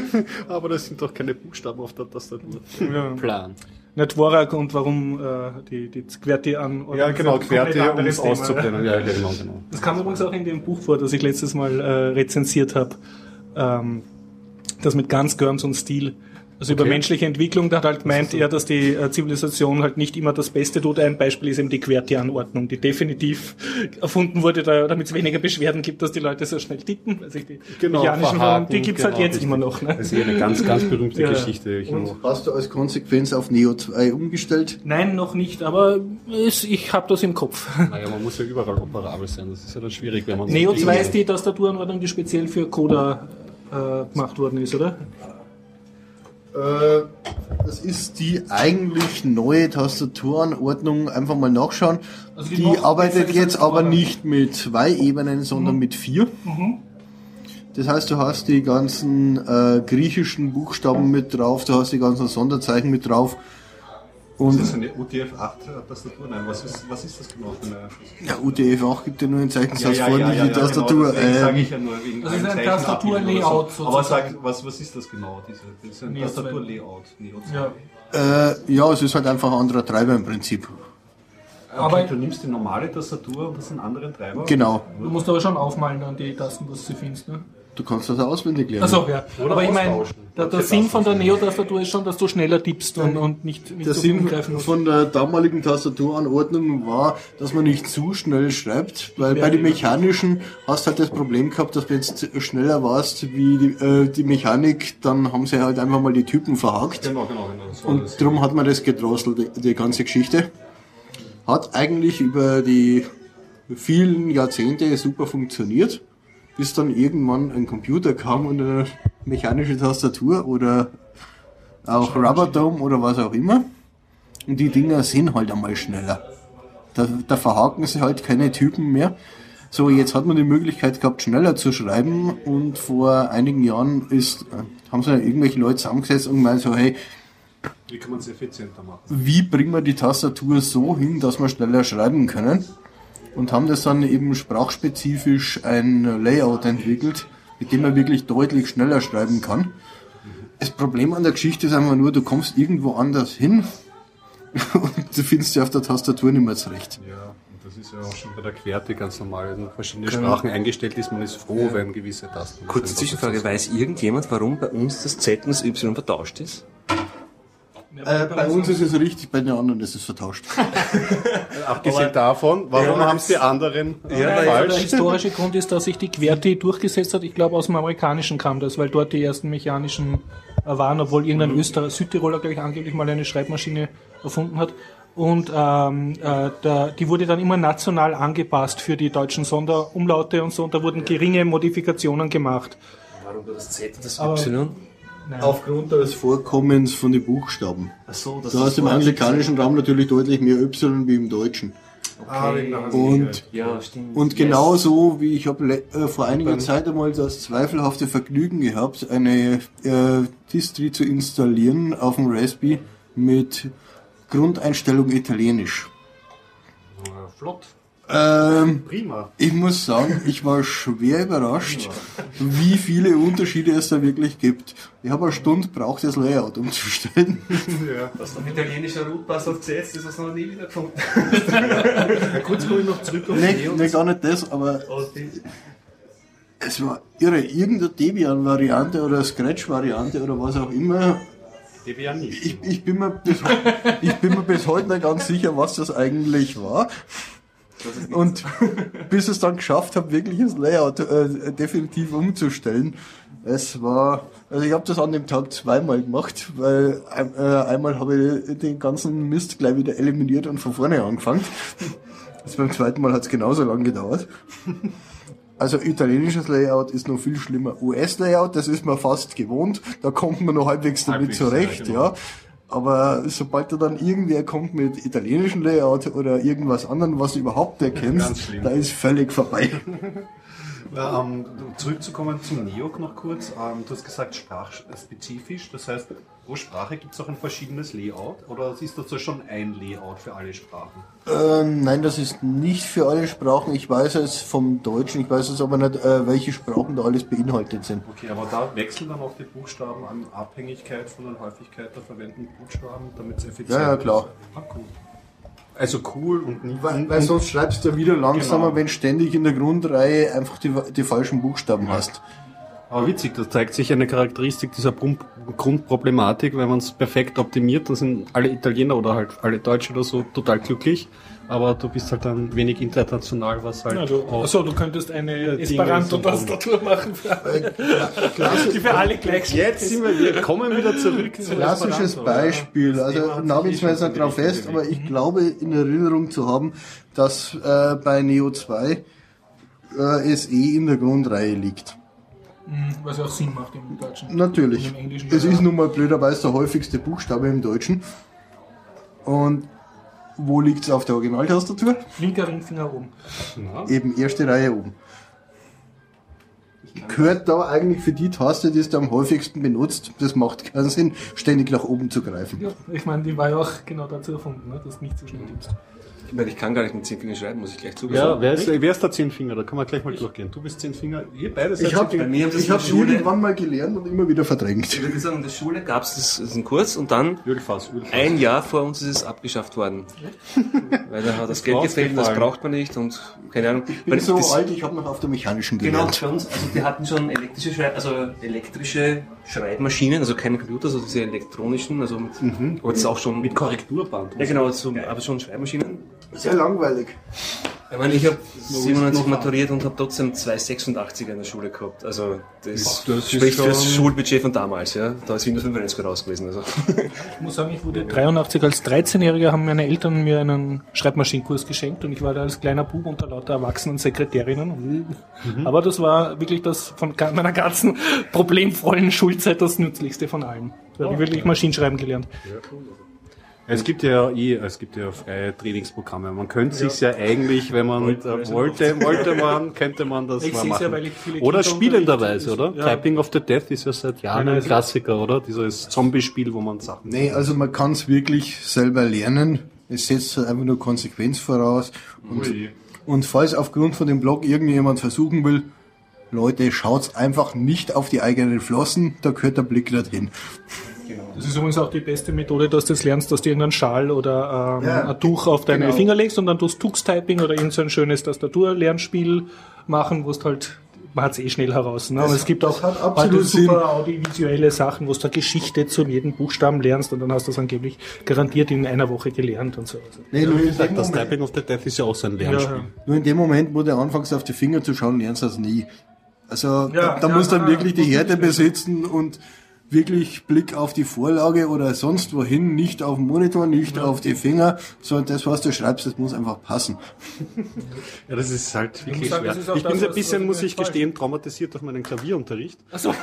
Aber das sind doch keine Buchstaben auf der Tastatur. Ja. Plan. Na, Dvorak und warum äh, die, die QWERTY an... Ja, genau, QWERTY, um es auszubrennen. Ja, genau, genau. Das kam übrigens auch in dem Buch vor, das ich letztes Mal äh, rezensiert habe. Ähm, das mit Guns, Germs und Steel. Also okay. Über menschliche Entwicklung, da hat halt meint er, dass die äh, Zivilisation halt nicht immer das Beste tut. Ein Beispiel ist eben die QWERTY-Anordnung, die definitiv erfunden wurde, da, damit es weniger Beschwerden gibt, dass die Leute so schnell tippen. Also die genau, mechanischen Verhaken, die gibt's genau, halt jetzt richtig. Immer noch. Ne? Das ist eine ganz, ganz berühmte ja. Geschichte. Ich Und hast du als Konsequenz auf Neo zwei umgestellt? Nein, noch nicht, aber es, ich habe das im Kopf. Naja, man muss ja überall operabel sein, das ist ja dann schwierig, wenn man... Neo zwei ist die Tastaturanordnung, die speziell für Coder äh, gemacht worden ist, oder? Das ist die eigentlich neue Tastaturenordnung, einfach mal nachschauen. Also die die arbeitet jetzt aber nicht mit zwei Ebenen, sondern mhm. mit vier. Mhm. Das heißt, du hast die ganzen äh, griechischen Buchstaben mit drauf, du hast die ganzen Sonderzeichen mit drauf. Und ist das eine U T F acht Tastatur? Nein, was ist, was ist das genau für eine? Ja, U T F acht gibt ja nur einen Zeichensatz ja, ja, vor, ja, nicht ja, die Tastatur. Genau, äh, sage ich ja nur wegen das ist ein Tastatur-Layout so. Aber sag, was, was ist das genau? Diese, das ist ein Tastatur-Layout. Ja. Äh, ja, es ist halt einfach ein anderer Treiber im Prinzip. Okay, aber du nimmst die normale Tastatur und das sind andere Treiber? Genau. Du musst aber schon aufmalen an die Tasten, dass du sie findest, ne? Du kannst das auswendig lernen. Achso, ja. Oder aber ich meine, der, der Sinn von der Neo-Tastatur ist schon, dass du schneller tippst und, und nicht, nicht der so Sinn von der damaligen Tastaturanordnung war, dass man nicht zu schnell schreibt, weil bei den mechanischen hast du halt das Problem gehabt, dass du jetzt schneller warst wie die, äh, die Mechanik, dann haben sie halt einfach mal die Typen verhakt. Genau, genau, genau. So und darum hat man das gedrosselt, die, die ganze Geschichte. Hat eigentlich über die vielen Jahrzehnte super funktioniert. Bis dann irgendwann ein Computer kam und eine mechanische Tastatur oder auch Rubberdome oder was auch immer. Und die Dinger sind halt einmal schneller. Da, da verhaken sie halt keine Typen mehr. So, jetzt hat man die Möglichkeit gehabt, schneller zu schreiben und vor einigen Jahren ist, haben sich irgendwelche Leute zusammengesetzt und gemeint so, hey, wie kann man es effizienter machen? Wie bringen wir die Tastatur so hin, dass wir schneller schreiben können? Und haben das dann eben sprachspezifisch ein Layout entwickelt, mit dem man wirklich deutlich schneller schreiben kann. Das Problem an der Geschichte ist einfach nur, du kommst irgendwo anders hin und du findest ja auf der Tastatur nicht mehr zurecht. Ja, und das ist ja auch schon bei der QWERTY ganz normal, in verschiedene Sprachen eingestellt ist, man ist froh, ja. wenn gewisse Tasten... Kurze Zwischenfrage, weiß irgendjemand, warum bei uns das Z und das Y vertauscht ist? Äh, bei uns ist es richtig, bei den anderen ist es vertauscht. Abgesehen davon, warum ja, haben es die anderen äh, ja, falsch? Der historische Grund ist, dass sich die QWERTY durchgesetzt hat. Ich glaube, aus dem Amerikanischen kam das, weil dort die ersten mechanischen waren, obwohl irgendein mhm. Österreicher, Südtiroler, glaube ich, angeblich mal eine Schreibmaschine erfunden hat. Und ähm, äh, der, die wurde dann immer national angepasst für die deutschen Sonderumlaute und so. Und da wurden geringe Modifikationen gemacht. Warum das Z und das Y? Nein. Aufgrund des Vorkommens von den Buchstaben. Ach so, das du hast im anglikanischen Raum natürlich deutlich mehr Y wie im Deutschen. Ah, wegen der Und, Ja, stimmt. und genauso wie ich habe äh, vor einiger Zeit einmal das zweifelhafte Vergnügen gehabt, eine äh, Distri zu installieren auf dem Raspberry mit Grundeinstellung Italienisch. Flott. Ähm, Prima. ich muss sagen, ich war schwer überrascht, wie viele Unterschiede es da wirklich gibt. Ich habe eine Stunde gebraucht, das Layout umzustellen. Ja. Was noch italienischer Rootpass hat gesetzt, ist was noch nie wieder gefunden. Ja, kurz komme ich noch zurück auf Nee, nee, gar nicht das, aber es war irre. Irgendeine Debian-Variante oder Scratch-Variante oder was auch immer. Debian nicht. Ich, ich, bin mir bis, ich bin mir bis heute nicht ganz sicher, was das eigentlich war. Und bis ich es dann geschafft habe, wirklich das Layout äh, definitiv umzustellen. Es war, also ich habe das an dem Tag zweimal gemacht, weil äh, einmal habe ich den ganzen Mist gleich wieder eliminiert und von vorne angefangen. Das beim zweiten Mal hat es genauso lang gedauert. Also italienisches Layout ist noch viel schlimmer. U S-Layout, das ist man fast gewohnt, da kommt man noch halbwegs damit Halbwegs, zurecht, ja, genau. ja. Aber sobald da dann irgendwer kommt mit italienischem Layout oder irgendwas anderem, was du überhaupt nicht Ganz kennst, schlimm. da ist völlig vorbei. Ja, ähm, zurückzukommen zum Neok noch kurz. Ähm, du hast gesagt sprachspezifisch, das heißt, pro Sprache gibt es auch ein verschiedenes Layout oder ist das so schon ein Layout für alle Sprachen? Ähm, nein, das ist nicht für alle Sprachen. Ich weiß es vom Deutschen, ich weiß es aber nicht, äh, welche Sprachen da alles beinhaltet sind. Okay, aber da wechseln dann auch die Buchstaben an Abhängigkeit von der Häufigkeit der verwendeten Buchstaben, damit es effizient ist. Ja, ja, klar. Ah, cool. Also cool und nie. Weil, weil sonst schreibst du wieder langsamer, Genau. wenn ständig in der Grundreihe einfach die, die falschen Buchstaben hast. Aber witzig, das zeigt sich eine Charakteristik dieser Brun- Grundproblematik, wenn man es perfekt optimiert, dann sind alle Italiener oder halt alle Deutsche oder so total glücklich, aber du bist halt dann wenig international, was halt Ja, du, auch- achso, du könntest eine Dinge Esperanto-Tastatur machen, für alle, die für alle gleich Jetzt sind wir, wir kommen wieder zurück zu Klassisches Esperanto, Beispiel, ja. Das Thema also hat nagel sich ich mir eh jetzt schon nicht drauf bewegt, fest, bewegt. aber ich glaube in Erinnerung zu haben, dass äh, bei Neo zwei äh, es eh in der Grundreihe liegt. Was ja auch Sinn macht im Deutschen. Natürlich. Und im Englischen Es ja. ist nun mal blöderweise der häufigste Buchstabe im Deutschen. Und wo liegt es auf der Originaltastatur? Linker Ringfinger oben. Ja. Eben erste Reihe oben. Gehört da eigentlich für die Taste, die du am häufigsten benutzt? Das macht keinen Sinn, ständig nach oben zu greifen. Ja, ich meine, die war ja auch genau dazu erfunden, ne, dass du nicht so schnell tippst. Ich meine, ich kann gar nicht mit zehn Fingern schreiben, muss ich gleich zugeben. Ja, wer ist, wer ist der Zehnfinger? Da kann man gleich mal durchgehen. Du bist Zehnfinger, ihr beide seid Ich habe Bei mir haben sie es ich in hab der Schule- irgendwann mal gelernt und immer wieder verdrängt. Ich würde sagen, in der Schule gab es das, das ist ein Kurs und dann Ölfass, Ölfass. ein Jahr vor uns ist es abgeschafft worden. Weil da hat das Geld gefehlt, das rausgefallen. braucht man nicht und keine Ahnung. Ich bin Weil so das- alt, ich habe noch auf der mechanischen Genau, gelernt. bei uns, also wir hatten schon elektrische Schreib, also elektrische Schreibmaschinen, also keine Computer, sondern diese elektronischen, also mit, Mhm. aber das ist auch schon Mit Korrekturband. Ja genau, so, aber schon Schreibmaschinen. Sehr langweilig. Ich meine, ich habe siebenundneunzig noch maturiert und habe trotzdem zwei sechsundachtziger in der Schule gehabt. Also das, Das ist spricht fürs schon- Schulbudget von damals, ja. Da ist Windows fünfundneunzig raus gewesen. Also. Ich muss sagen, ich wurde dreiundachtzig als dreizehnjähriger, haben meine Eltern mir einen Schreibmaschinenkurs geschenkt und ich war da als kleiner Bub unter lauter erwachsenen Sekretärinnen. Aber das war wirklich das von ga- meiner ganzen problemvollen Schulzeit das Nützlichste von allem. Da habe ich wirklich Maschinenschreiben gelernt. Es gibt ja eh, es gibt ja freie Trainingsprogramme. Man könnte sich's ja eigentlich, wenn man äh, wollte, wollte man, könnte man das Ich mal seh's ja, machen. weil ich viele Oder Kinder spielenderweise, oder? unterrichte. Ja. Typing of the Death ist ja seit Jahren Nein, ein also- Klassiker, oder? Dieses Zombie-Spiel, wo man Sachen... Nee, also man kann es wirklich selber lernen. Es setzt halt einfach nur Konsequenz voraus. Und, Ui. und falls aufgrund von dem Blog irgendjemand versuchen will, Leute, schaut's einfach nicht auf die eigenen Flossen, da gehört der Blick dorthin. Das ist übrigens auch die beste Methode, dass du das lernst, dass du irgendeinen Schal oder ähm, Ja, ein Tuch auf deine genau. Finger legst und dann tust Tux-Typing oder irgend so ein schönes Tastaturlernspiel machen, wo es halt, man hat es eh schnell heraus. Ne? Aber Das- es gibt auch das hat absolut heute super audiovisuelle Sachen, wo du eine Geschichte zu jedem Buchstaben lernst und dann hast du es angeblich garantiert in einer Woche gelernt und so. Also, Nee, nur, in dem Das Moment, Typing of the Death ist ja auch so ein Lernspiel. ja. nur in dem Moment, wo du anfängst auf die Finger zu schauen, lernst du das nie. Also Ja, da, da ja, musst du dann ja, wirklich die musst du Härte nicht besitzen und wirklich Blick auf die Vorlage oder sonst wohin, nicht auf den Monitor, nicht ja. auf die Finger, sondern das, was du schreibst, das muss einfach passen. Ja, das ist halt wirklich sagen, schwer. Ich bin das, ein bisschen, muss ich gestehen, traumatisiert durch meinen Klavierunterricht. Ach so.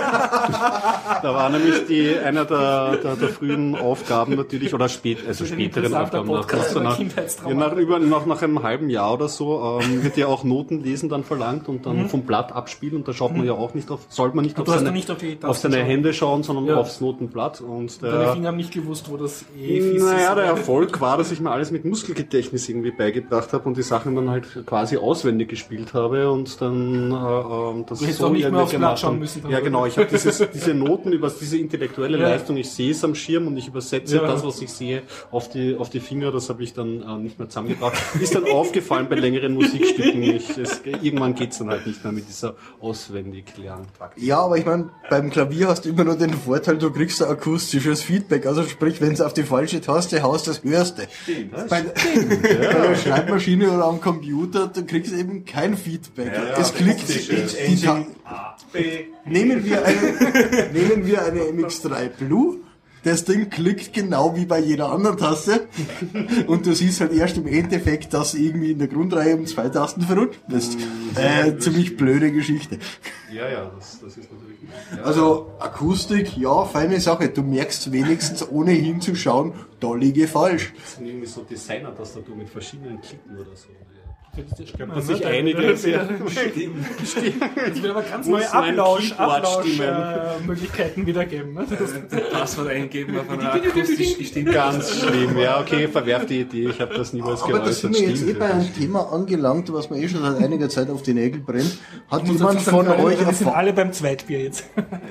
Da war nämlich die, einer der, der, der frühen Aufgaben natürlich, oder spät, also späteren Aufgaben, nach, nach, ja, nach, über, nach, nach einem halben Jahr oder so, ähm, wird ja auch Noten lesen dann verlangt und dann mhm. vom Blatt abspielen und da schaut man mhm. ja auch nicht auf, sollte man nicht, auf seine, nicht auf, auf seine Hände schauen, sondern ja. aufs Notenblatt. Und der, deine Finger haben nicht gewusst, wo das eh fies Naja, ist. Der Erfolg war, dass ich mir alles mit Muskelgedächtnis irgendwie beigebracht habe und die Sachen dann halt quasi auswendig gespielt habe und dann äh, das du hättest so auch nicht mehr aufs Blatt schauen müssen. Ja, genau. Ich habe diese Noten über diese intellektuelle ja. Leistung. Ich sehe es am Schirm und ich übersetze ja. das, was ich sehe, auf die auf die Finger. Das habe ich dann äh, nicht mehr zusammengebracht. Ist dann aufgefallen bei längeren Musikstücken. Ich, es, irgendwann geht's dann halt nicht mehr mit dieser auswendig Lerntaktik. Ja, aber ich meine, beim Klavier hast du immer nur den Vorteil, du kriegst ein akustisches Feedback. Also sprich, wenn du auf die falsche Taste haust, das hörst du. Das bei, stimmt, bei ja. der Schreibmaschine oder am Computer, du kriegst eben kein Feedback. Ja, ja, es klickt. Die Ta- nehmen wir eine, nehmen wir eine M X drei Blue. Das Ding klickt genau wie bei jeder anderen Taste und du siehst halt erst im Endeffekt, dass irgendwie in der Grundreihe um zwei Tasten verrutscht ist. Äh, ziemlich blöde Geschichte. Ja, ja, das, das ist natürlich... Ja. Also Akustik, ja, feine Sache. Du merkst wenigstens, ohne hinzuschauen, da liege falsch. Das sind irgendwie so Designer-Tastatur mit verschiedenen Klicken oder so. Ich glaube, dass sich einige sehr stimmen. Es wird aber ganz neue Ablausch, Ablausch-Möglichkeiten äh, wieder geben. Ne? Passwort eingeben auf einer akustisch gestimmten. Ganz schlimm, ja, okay, verwerf die Idee, ich habe das niemals geäußert. Aber da sind wir jetzt eh bei einem Thema angelangt, was mir eh schon seit einiger Zeit auf die Nägel brennt. Hat jemand von sagen, euch... Wir sind alle beim Zweitbier jetzt.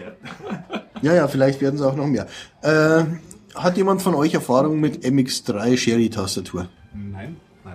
Ja, ja, vielleicht werden es auch noch mehr. Äh, hat jemand von euch Erfahrung mit M X drei Sherry-Tastatur? Nein.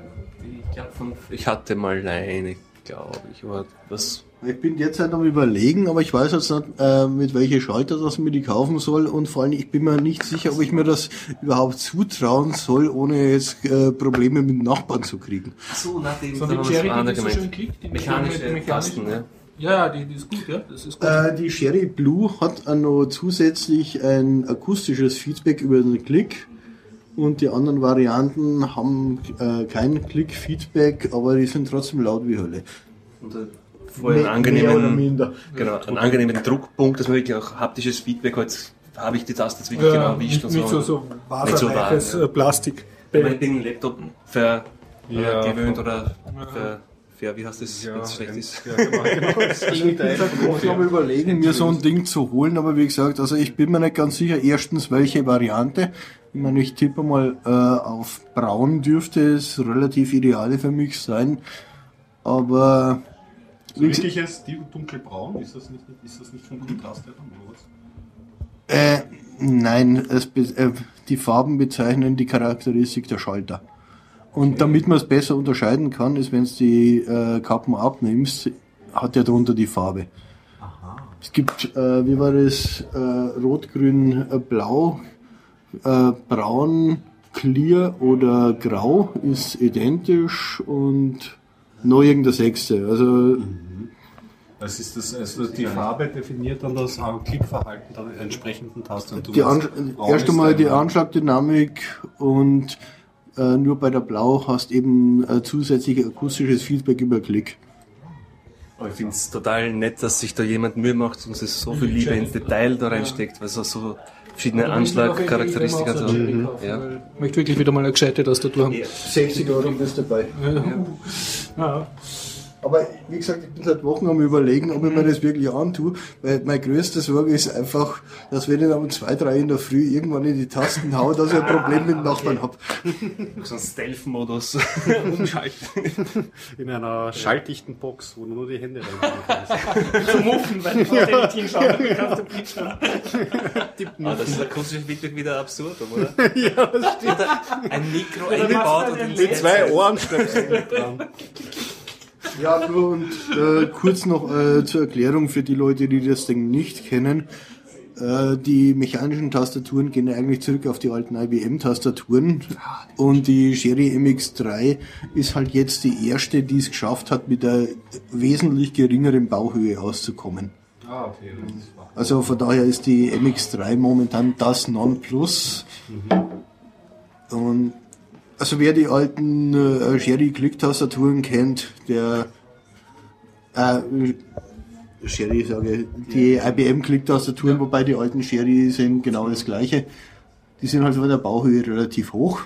Ich hatte mal eine, glaube ich, aber was... Ich bin jetzt halt am Überlegen, aber ich weiß jetzt nicht, äh, mit welcher Schalter das mir die kaufen soll und vor allem, ich bin mir nicht sicher, ob ich mir das überhaupt zutrauen soll, ohne jetzt äh, Probleme mit Nachbarn zu kriegen. So, nachdem so, die Sherry, die so schön klickt, die mechanische, mechanische Tasten, ja. Ja, die, die ist gut, ja. Das ist gut. Äh, die Sherry Blue hat auch noch zusätzlich ein akustisches Feedback über den Klick. Und die anderen Varianten haben äh, kein Klick-Feedback, aber die sind trotzdem laut wie Hölle. Und äh, vor einen angenehmen, genau, einen angenehmen Druckpunkt, dass man wirklich auch haptisches Feedback hat, habe ich die Taste jetzt wirklich ja, genau erwischt und so. Nicht so, so wasserreiches so Plastik. Ich meine, ich bin Laptop ver, ja, gewöhnt oder ver, ver, wie heißt das, ja, wenn es schlecht ist? Ja, genau, genau. Ich habe überlegen, mir so ein Ding zu holen, aber wie gesagt, also ich bin mir nicht ganz sicher, erstens welche Variante. Ich meine, ich tippe mal äh, auf braun dürfte es relativ ideal für mich sein, aber... So wirkliches dunkelbraun, ist das nicht, ist das nicht von Kontrastherren oder was? Äh, nein, es be- äh, die Farben bezeichnen die Charakteristik der Schalter. Und okay. Damit man es besser unterscheiden kann, ist, wenn du die äh, Kappen abnimmst, hat der drunter die Farbe. Aha. Es gibt, äh, wie war das, äh, rot, grün, äh, blau, äh, braun, clear oder grau ist identisch und noch irgendein sechste. Also, mhm. Das ist das, also die Farbe definiert dann das Klickverhalten der entsprechenden Tastatur. Die An- erst einmal die Anschlagdynamik und äh, nur bei der Blau hast eben äh, zusätzlich akustisches Feedback über Klick. Aber ich finde es total nett, dass sich da jemand Mühe macht und es so viel Liebe ins Detail da reinsteckt, weil es auch so verschiedene Anschlagcharakteristika hat. Mhm. Ja. Ich möchte wirklich wieder mal eine gescheite Tastatur haben. sechzig Euro ist dabei. Ja. Ja. Aber wie gesagt, ich bin seit Wochen am Überlegen, ob ich mir das wirklich antue, weil meine größte Sorge ist einfach, dass wenn ich dann um zwei, drei in der Früh irgendwann in die Tasten haue, dass ich ein Problem mit dem Nachbarn habe. So ein Stealth-Modus umschalten. In einer schalldichten Box, wo du nur die Hände rein Zum Muffen, weil du ja. nicht hinschauen kannst, du Pitch dann. Ah, das ist der akustische Feedback wieder absurd, oder? Ja, das stimmt. Oder ein Mikro eingebaut und mit zwei Ohrenstöpseln dran. Ja, nur und äh, kurz noch äh, zur Erklärung für die Leute, die das Ding nicht kennen. Äh, die mechanischen Tastaturen gehen eigentlich zurück auf die alten I B M-Tastaturen und die Sherry M X drei ist halt jetzt die erste, die es geschafft hat, mit einer wesentlich geringeren Bauhöhe auszukommen. Ah, okay. Das ist wahr. Also von daher ist die M X drei momentan das Nonplus. Mhm. Und also wer die alten äh, Sherry-Klick-Tastaturen kennt, der äh, Sherry sage die I B M-Klick-Tastaturen, ja. Wobei die alten Sherry sind genau das gleiche. Die sind halt von der Bauhöhe relativ hoch.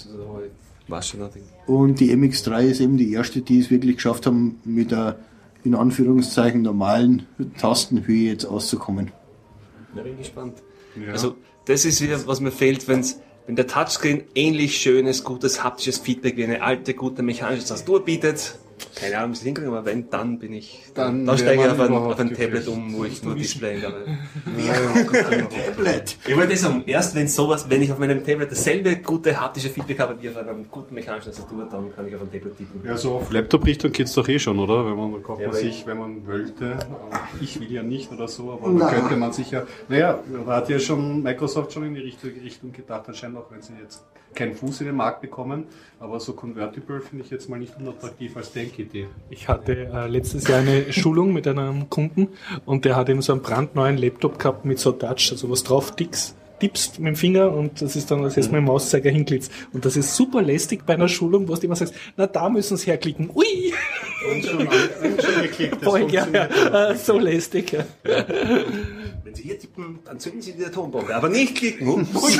Und die M X drei ist eben die erste, die es wirklich geschafft haben, mit der in Anführungszeichen normalen Tastenhöhe jetzt auszukommen. Da bin ich gespannt. Ja. Also das ist wieder, was mir fehlt, wenn's, wenn der Touchscreen ähnlich schönes, gutes haptisches Feedback wie eine alte, gute mechanische Tastatur bietet. Keine Ahnung, wie sie hinkriegen, aber wenn, dann bin ich, dann, dann steige ich auf ein, auf ein Tablet um, wo ich nur Display habe. Ja, ein Tablet! Ich wollte sagen, erst wenn sowas, wenn ich auf meinem Tablet dasselbe gute haptische Feedback habe wie auf einer guten mechanischen Tastatur, dann kann ich auf ein Tablet tippen. Ja, so auf Laptop-Richtung geht's doch eh schon, oder? Wenn man, kauft ja, man sich, wenn man wollte, ich will ja nicht oder so, aber da könnte man sich ja, naja, da hat ja schon Microsoft schon in die richtige Richtung gedacht, anscheinend auch wenn sie jetzt keinen Fuß in den Markt bekommen, aber so Convertible finde ich jetzt mal nicht unattraktiv als Denkidee. Ich hatte äh, letztes Jahr eine Schulung mit einem Kunden und der hat eben so einen brandneuen Laptop gehabt mit so Touch, also was drauf tickst, tippst mit dem Finger und das ist dann als erst mit dem Mauszeiger hinklitzt. Und das ist super lästig bei einer Schulung, wo du immer sagst, na da müssen sie herklicken. Ui! Und schon, und schon geklickt. Das Voll, ja, ja, äh, so lästig. Ja. Wenn Sie hier tippen, dann zünden Sie die Atombombe, aber nicht klicken. Ups.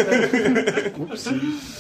Upsi.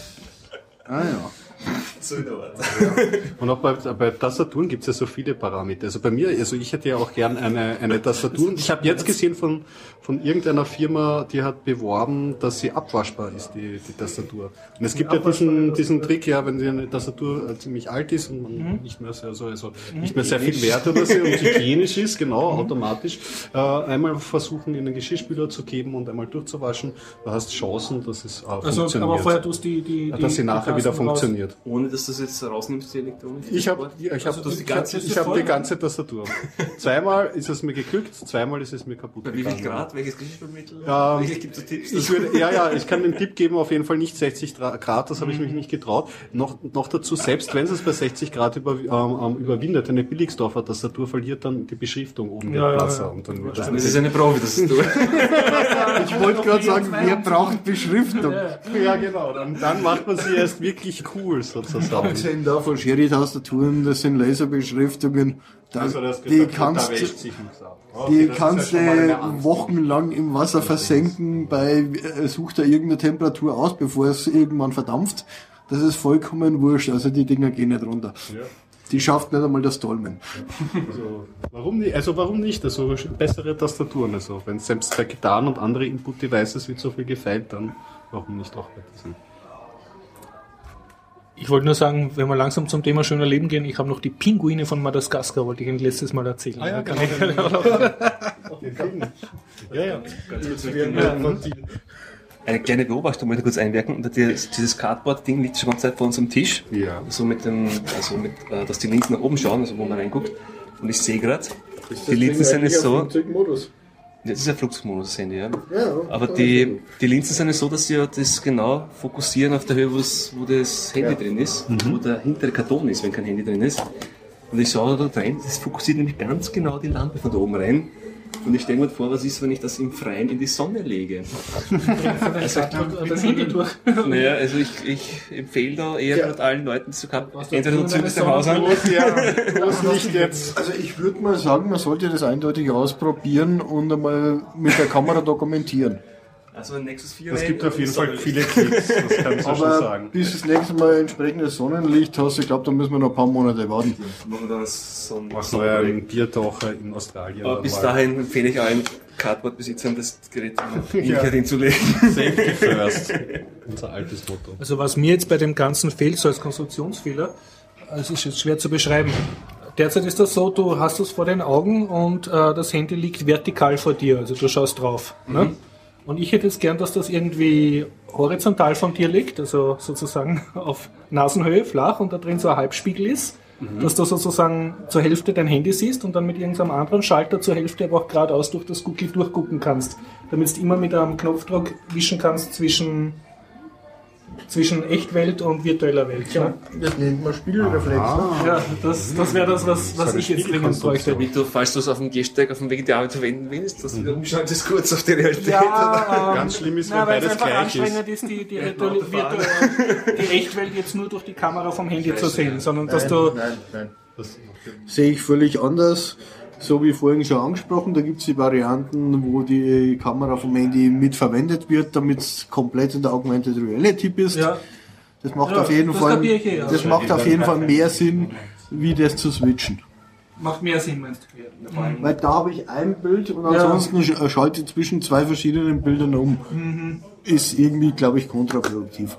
Ah ja. So in der Art. Und auch bei, bei Tastaturen gibt es ja so viele Parameter. Also bei mir, also ich hätte ja auch gern eine, eine Tastatur. Und ich habe jetzt gesehen von, von irgendeiner Firma, die hat beworben, dass sie abwaschbar ist, die, die Tastatur. Und es gibt ja diesen, diesen Trick, ja, wenn die eine Tastatur ziemlich alt ist und man mhm. nicht mehr sehr, so, also nicht mehr sehr viel Wert oder so und hygienisch ist, genau, mhm. automatisch, äh, einmal versuchen in den Geschirrspüler zu geben und einmal durchzuwaschen. Da hast du Chancen, dass es äh, also, funktioniert. Aber vorher tust die, die, die dass sie nachher wieder funktioniert. Ohne dass du es jetzt rausnimmst, die Elektronik? Ich habe ich hab, also, die, ganze, ich hab die ganze Tastatur. Zweimal ist es mir geglückt, zweimal ist es mir kaputt gegangen. Bei wie viel Grad? Welches Geschirrspülmittel? Ja, gibt es Tipps? Ich würde, ja, ja, ich kann den Tipp geben, auf jeden Fall nicht sechzig Grad, das habe ich mich nicht getraut. Noch, noch dazu, selbst wenn es bei sechzig Grad über, ähm, überwindet, eine Billigsdorfer Tastatur verliert dann die Beschriftung oben ja, der Platz. Ja, ja. Und dann wird das, das ist eine Profi-Tastatur. Ich wollte gerade sagen, wer braucht Beschriftung? Ja, genau, dann, dann macht man sie erst wirklich cool, sozusagen. Abgesehen davon, Sherry-Tastaturen, das sind Laserbeschriftungen, da, also das die gesagt, kannst, da sich okay, die kannst du ja wochenlang im Wasser versenken, bei äh, sucht er irgendeine Temperatur aus, bevor es irgendwann verdampft. Das ist vollkommen wurscht, also die Dinger gehen nicht runter. Ja. Die schafft nicht einmal das Dolmen. Also, warum nicht? Also warum nicht? Also bessere Tastaturen. Also wenn selbst bei Gitarren und andere Input-Devices wird so viel gefeilt, dann warum nicht auch bei diesen? Ich wollte nur sagen, wenn wir langsam zum Thema schöner Leben gehen, ich habe noch die Pinguine von Madagaskar, wollte ich Ihnen letztes Mal erzählen. Ah ja, kann genau. Ich ja, ja. Ganz kurz eine kleine Beobachtung möchte ich kurz einwerken. Und dieses, dieses Cardboard-Ding liegt schon die ganze Zeit vor unserem Tisch. Ja. So mit dem, also mit, äh, dass die Linsen nach oben schauen, also wo man reinguckt. Und ich sehe gerade, die Linsen sind jetzt so. Das ist ja Fluxmodus, das Handy, ja. Ja, aber die, die Linsen sind ja so, dass sie ja das genau fokussieren auf der Höhe, wo das Handy ja. drin ist, mhm. wo der hintere Karton ist, wenn kein Handy drin ist. Und ich schaue da rein, das fokussiert nämlich ganz genau die Lampe von da oben rein. Und ich stelle mir vor, was ist, wenn ich das im Freien in die Sonne lege? Also, das Handy durch. Naja, also ich, ich empfehle da eher ja. mit allen Leuten zu haben, entweder du zündest zu Hause an. Ja, nicht jetzt. Also ich würde mal sagen, man sollte das eindeutig ausprobieren und einmal mit der Kamera dokumentieren. Also ein Nexus vier. Es gibt auf jeden Fall viele Klicks, das kann ich so schon sagen. Bis das nächste Mal entsprechendes Sonnenlicht hast, ich glaube, da müssen wir noch ein paar Monate warten. Machen wir das so Machst du einen Biertaucher in Australien. Aber bis dahin empfehle ich allen Cardboard-Besitzern, das Gerät in ja. hinzulegen. Safety first. Unser altes Motto. Also was mir jetzt bei dem Ganzen fehlt, so als Konstruktionsfehler, es ist jetzt schwer zu beschreiben. Derzeit ist das so, du hast es vor den Augen und äh, das Handy liegt vertikal vor dir, also du schaust drauf. Mhm. Ne? Und ich hätte jetzt gern, dass das irgendwie horizontal von dir liegt, also sozusagen auf Nasenhöhe, flach und da drin so ein Halbspiegel ist, mhm. dass du sozusagen zur Hälfte dein Handy siehst und dann mit irgendeinem anderen Schalter zur Hälfte aber auch geradeaus durch das Cookie durchgucken kannst, damit du immer mit einem Knopfdruck wischen kannst zwischen zwischen Echtwelt und virtueller Welt. Ja, das nennt man Spiegelreflex. Ah. Ja, das, das wäre das, was, was ich jetzt dringend bräuchte. Wie du, falls du es auf dem Gehsteig auf dem Weg in die Arbeit verwenden willst, dass du umschaltest es kurz auf die Realität. Ja, ähm, ganz schlimm ist, wenn na, weil beides es einfach gleich anstrengend ist, die, die, virtuelle, virtuelle, die Echtwelt jetzt nur durch die Kamera vom Handy zu sehen, sondern dass nein, du... Nein, nein. Das sehe ich völlig anders. So wie vorhin schon angesprochen, da gibt es die Varianten, wo die Kamera vom Handy mitverwendet wird, damit es komplett in der Augmented Reality bist. Ja. Das macht Ja, auf jeden das Fall, kapiere ich eh, ja. das macht auf jeden Fall mehr Sinn, wie das zu switchen. Macht mehr Sinn, meinst du? Mhm. Weil da habe ich ein Bild und ansonsten ja. schalte ich zwischen zwei verschiedenen Bildern um. Mhm. Ist irgendwie, glaube ich, kontraproduktiv.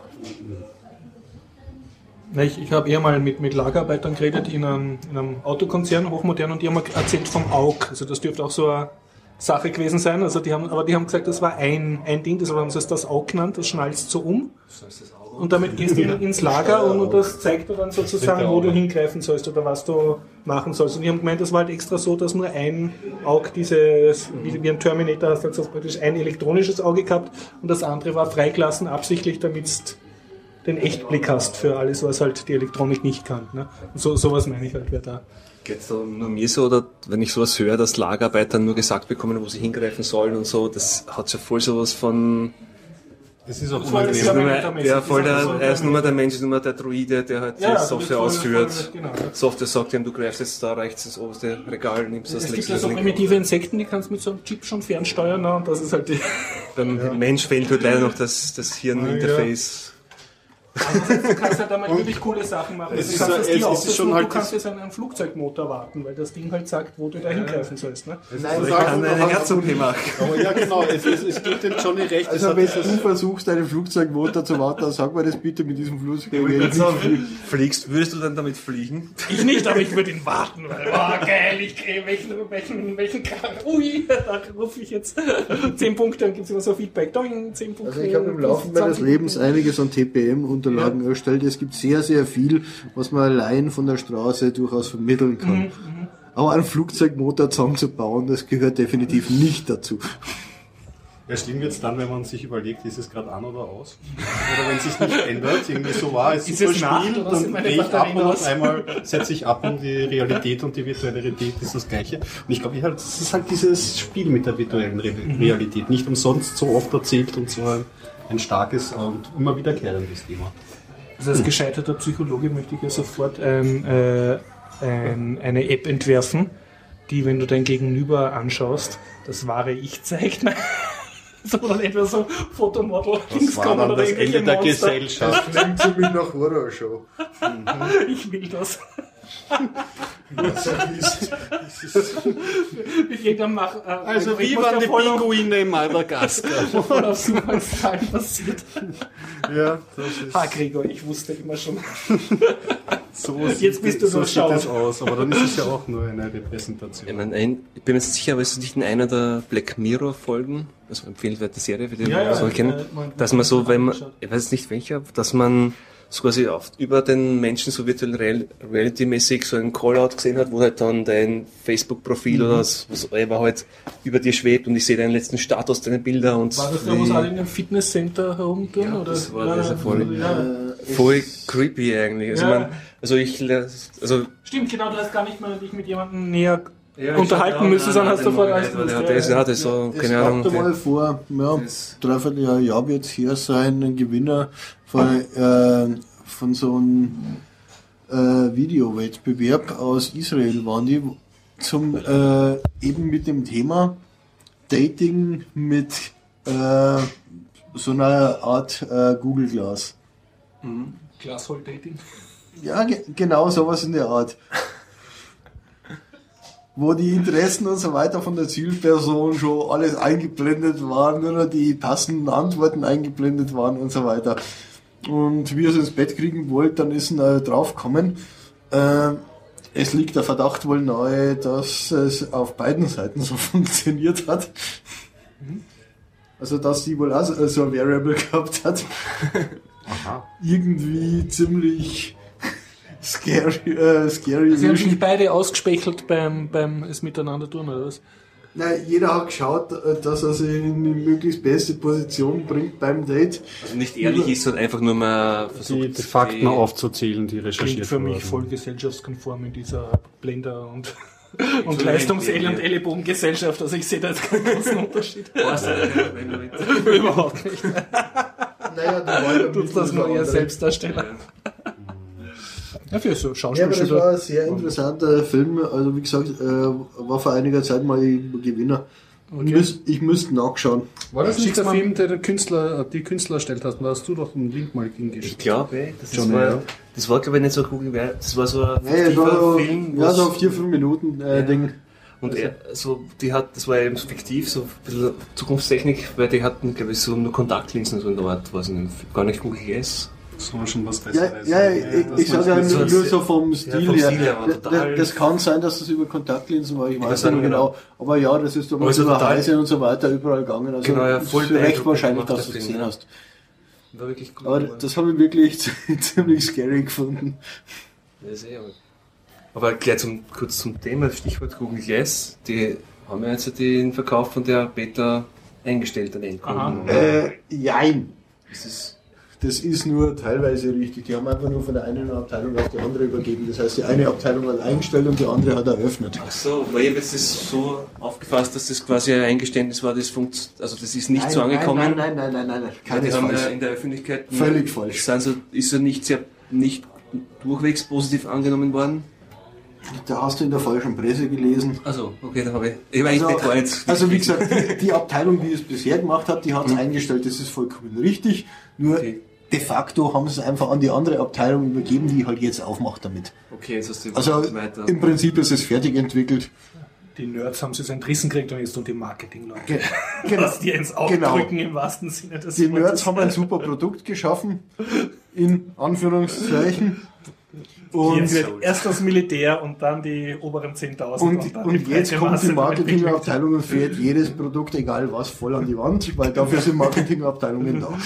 Ich, ich habe eher mal mit, mit Lagerarbeitern geredet in einem, in einem Autokonzern, hochmodern, und die haben mir erzählt vom A U G. Also das dürfte auch so eine Sache gewesen sein. Also die haben, aber die haben gesagt, das war ein, ein Ding, das haben sie das A U G genannt, das schnallst so um. Und damit gehst du ins Lager und, und das zeigt dir dann sozusagen, wo du hingreifen sollst oder was du machen sollst. Und die haben gemeint, das war halt extra so, dass nur ein Auge dieses, wie, wie ein Terminator hast, also praktisch ein elektronisches Auge gehabt und das andere war freigelassen, absichtlich, damit du den Echtblick hast für alles, was halt die Elektronik nicht kann. Ne? So sowas meine ich halt, wer da. Geht's da nur mir so, oder wenn ich sowas höre, dass Lagerarbeiter nur gesagt bekommen, wo sie hingreifen sollen und so, das hat ja voll sowas von... Das ist auch voll unangenehm. das Nur, ja, voll der, so er ist nur mehr der Mensch, nur mehr der Druide, der halt Ja, die Software voll- ausführt. voll- genau, ja. Software sagt ihm, du greifst jetzt da rechts ins oberste Regal, nimmst das Es gibt links, ja so das links. primitive Insekten, die kannst du mit so einem Chip schon fernsteuern, ne? Und das ist halt die... Beim Mensch fehlt halt leider noch das, das Hirninterface. Andererseits, du kannst halt damit wirklich coole Sachen machen. Es Du ist kannst so- das es Tier ist aussuchen, schon du halt kannst das- jetzt einen Flugzeugmotor warten, weil das Ding halt sagt, wo du da hingreifen sollst. Ne? Nein, Ich kann eine Herz-O P machen. Aber ja, genau, es, es, es gibt dem Johnny recht. es Also hat- wenn du versuchst, einen Flugzeugmotor zu warten, dann sag mir das bitte mit diesem Flugzeug. Fliegst, würdest du dann damit fliegen? Ich nicht, aber ich würde ihn warten, weil, oh geil, ich kriege welchen, welchen, welchen Karren, ui, da rufe ich jetzt zehn Punkte, dann gibt es immer so Feedback, Doing, zehn Punkte. Also ich habe im Laufe meines zwanzig Lebens Punkte. einiges an T P M-Unterlagen erstellt. Es gibt sehr, sehr viel, was man allein von der Straße durchaus vermitteln kann. Aber einen Flugzeugmotor zusammenzubauen, das gehört definitiv nicht dazu. Ja, schlimm wird's dann, wenn man sich überlegt, ist es gerade an oder aus? Oder wenn es sich nicht ändert, irgendwie so war es Ist super es Nacht Spiel, oder sind dann meine drehe ich ab Batterien und aus? auf einmal setze ich ab und die Realität und die virtuelle Realität ist das Gleiche. Und ich glaube, ich halt, das ist halt dieses Spiel mit der virtuellen Re Realität. Nicht umsonst so oft erzählt und so ein, ein starkes und immer wiederkehrendes Thema. Also als gescheiterter Psychologe möchte ich ja sofort ein, äh, ein, eine App entwerfen, die, wenn du dein Gegenüber anschaust, das wahre Ich zeigt. So dann etwa so Fotomodel Das war dann das Ende der Gesellschaft. Das klingt ziemlich nach Horrorshow. Ich will das. Mit jedem Mach, äh, Also wie Algorithmus, waren der die voll auf- Pinguine in Madagaskar? voll auf Zufallszahlen passiert. Ja, das ist... Ha, Gregor, ich wusste immer schon. So Jetzt sieht, bist du so sieht durchschaut. es aus, aber dann ist es ja auch nur eine Ich, Repräsentation. meine, ein, ich bin mir nicht sicher, aber ist es nicht in einer der Black Mirror Folgen, also empfehlenswerte Serie, für die Ja, ja, so kennen, äh, man- dass man so, wenn man, angeschaut. ich weiß nicht welcher, dass man so quasi oft über den Menschen so virtuell Real, Reality-mäßig so einen Callout gesehen hat, wo halt dann dein Facebook-Profil Mhm. oder was was immer halt über dir schwebt und ich sehe deinen letzten Status, deine Bilder und War das da, wo sie alle in einem Fitnesscenter herumtun? Ja, oder? das war Ja, dieser voll- ja. voll creepy eigentlich. Also, Ja. man, also ich, also Stimmt, genau, du hast gar nicht mal dich mit jemandem näher Ja, unterhalten ich- müssen, ja, sondern nein, hast du nein, vorher nein, alles nein, gewusst. nein, Ja, das- ja. ja, das ist so, Es keine gab Ahnung. da mal vor, ja, Das- dreiviertel Jahr wird es her sein, ein Gewinner von, äh, von so einem äh, Videowettbewerb aus Israel waren die zum äh, eben mit dem Thema Dating mit äh, so einer Art äh, Google Glass. Glasshole-Dating. Ja, ge genau sowas in der Art. Wo die Interessen und so weiter von der Zielperson schon alles eingeblendet waren, nur noch die passenden Antworten eingeblendet waren und so weiter. Und wie er es ins Bett kriegen wollte, dann ist er äh, draufgekommen. Äh, es liegt der Verdacht wohl nahe, dass es auf beiden Seiten so funktioniert hat. Also, dass die wohl auch so so ein Variable gehabt hat. Aha. Irgendwie ziemlich scary. Äh, scary Sie haben sich beide ausgespechelt beim, beim es miteinander tun, oder was? Nein, jeder hat geschaut, dass er sich in die möglichst beste Position bringt beim Date. Also nicht ehrlich ist, sondern einfach nur mal versucht, die, die Fakten die aufzuzählen, die recherchiert klingt für mich wurden. voll gesellschaftskonform in dieser Blender- und, und Leistungs-L- und Ellenbogengesellschaft. Also ich sehe da jetzt keinen großen Unterschied. Überhaupt nicht. Naja, da war ja Tut das nur eher Selbstdarsteller. Ja, für so Ja, aber das Schauspielschüler. war ein sehr interessanter Film. Also wie gesagt, äh, war vor einiger Zeit mal Gewinner. Okay. Ich, müß, ich müsste nachschauen. War das nicht Schick's der mal- Film, der den Künstler, die Künstler erstellt hast? Da hast du doch einen Link mal Ich hingeschickt. glaube, das, Johnny, war, ja. das war glaube ich nicht so Google, das war so ein Ja, das war fiktiver so, Film. ja, wo's- so vier, fünf Minuten äh, Ja. Ding. Und er, so, die hat, das war eben so fiktiv, so ein bisschen Zukunftstechnik, weil die hatten, glaube ich, so nur Kontaktlinsen so in der Art, weiß ich nicht, gar nicht Google Glass. Das war schon was Ja, Besseres. ja, ich, ich sage ja so nur, ein- nur so vom Stil vom her. Stil her war Das, total- das kann sein, dass das über Kontaktlinsen war, ich kann weiß sagen, nicht genau. genau. Aber ja, das ist Aber damals ist ja über total- Heise und so weiter überall gegangen. Also Genau, ja, es voll ist recht beeindruckend wahrscheinlich, gemacht, dass du der es Film, gesehen ja. hast. War wirklich gut. Aber das habe ich wirklich ziemlich scary gefunden. Ja, sehr gut. Aber gleich zum, kurz zum Thema, Stichwort Google Glass, die haben ja jetzt den Verkauf von der Beta eingestellt an Endkunden. Äh, jein. Das ist, Das ist nur teilweise richtig. Die haben einfach nur von der einen Abteilung auf die andere übergeben. Das heißt, die eine Abteilung hat eingestellt und die andere hat eröffnet. ach so, weil ich habe jetzt das so aufgefasst, dass das quasi ein Eingeständnis war, das funkt, also das ist nicht Nein, so angekommen. Nein, nein, nein, nein, nein, nein. Weil die haben Keinesfalls. ja in der Öffentlichkeit Völlig falsch. Sind so, ist ja nicht sehr, nicht durchwegs positiv angenommen worden. Da hast du in der falschen Presse gelesen. Also, okay, da habe ich. Ich habe eigentlich nicht gar jetzt. Also wie gesagt, die, die Abteilung, die es bisher gemacht hat, die hat es eingestellt, das ist vollkommen richtig. Nur Okay. de facto haben sie es einfach an die andere Abteilung übergeben, die halt jetzt aufmacht damit. Okay, jetzt hast du Also weiter. im Prinzip ist es fertig entwickelt. Die Nerds haben sich so entrissen gekriegt und jetzt tun die Marketingleute. Ge- genau. Dass die ins Auge Genau. drücken im wahrsten Sinne des Die Wortes. Nerds haben ein super Produkt geschaffen, in Anführungszeichen. Und, Jetzt wird erst das Militär und dann die oberen zehntausend. und, dann und die jetzt breite kommt Masse die damit Marketingabteilung und fährt jedes Produkt, egal was, voll an die Wand, weil dafür sind Marketingabteilungen da.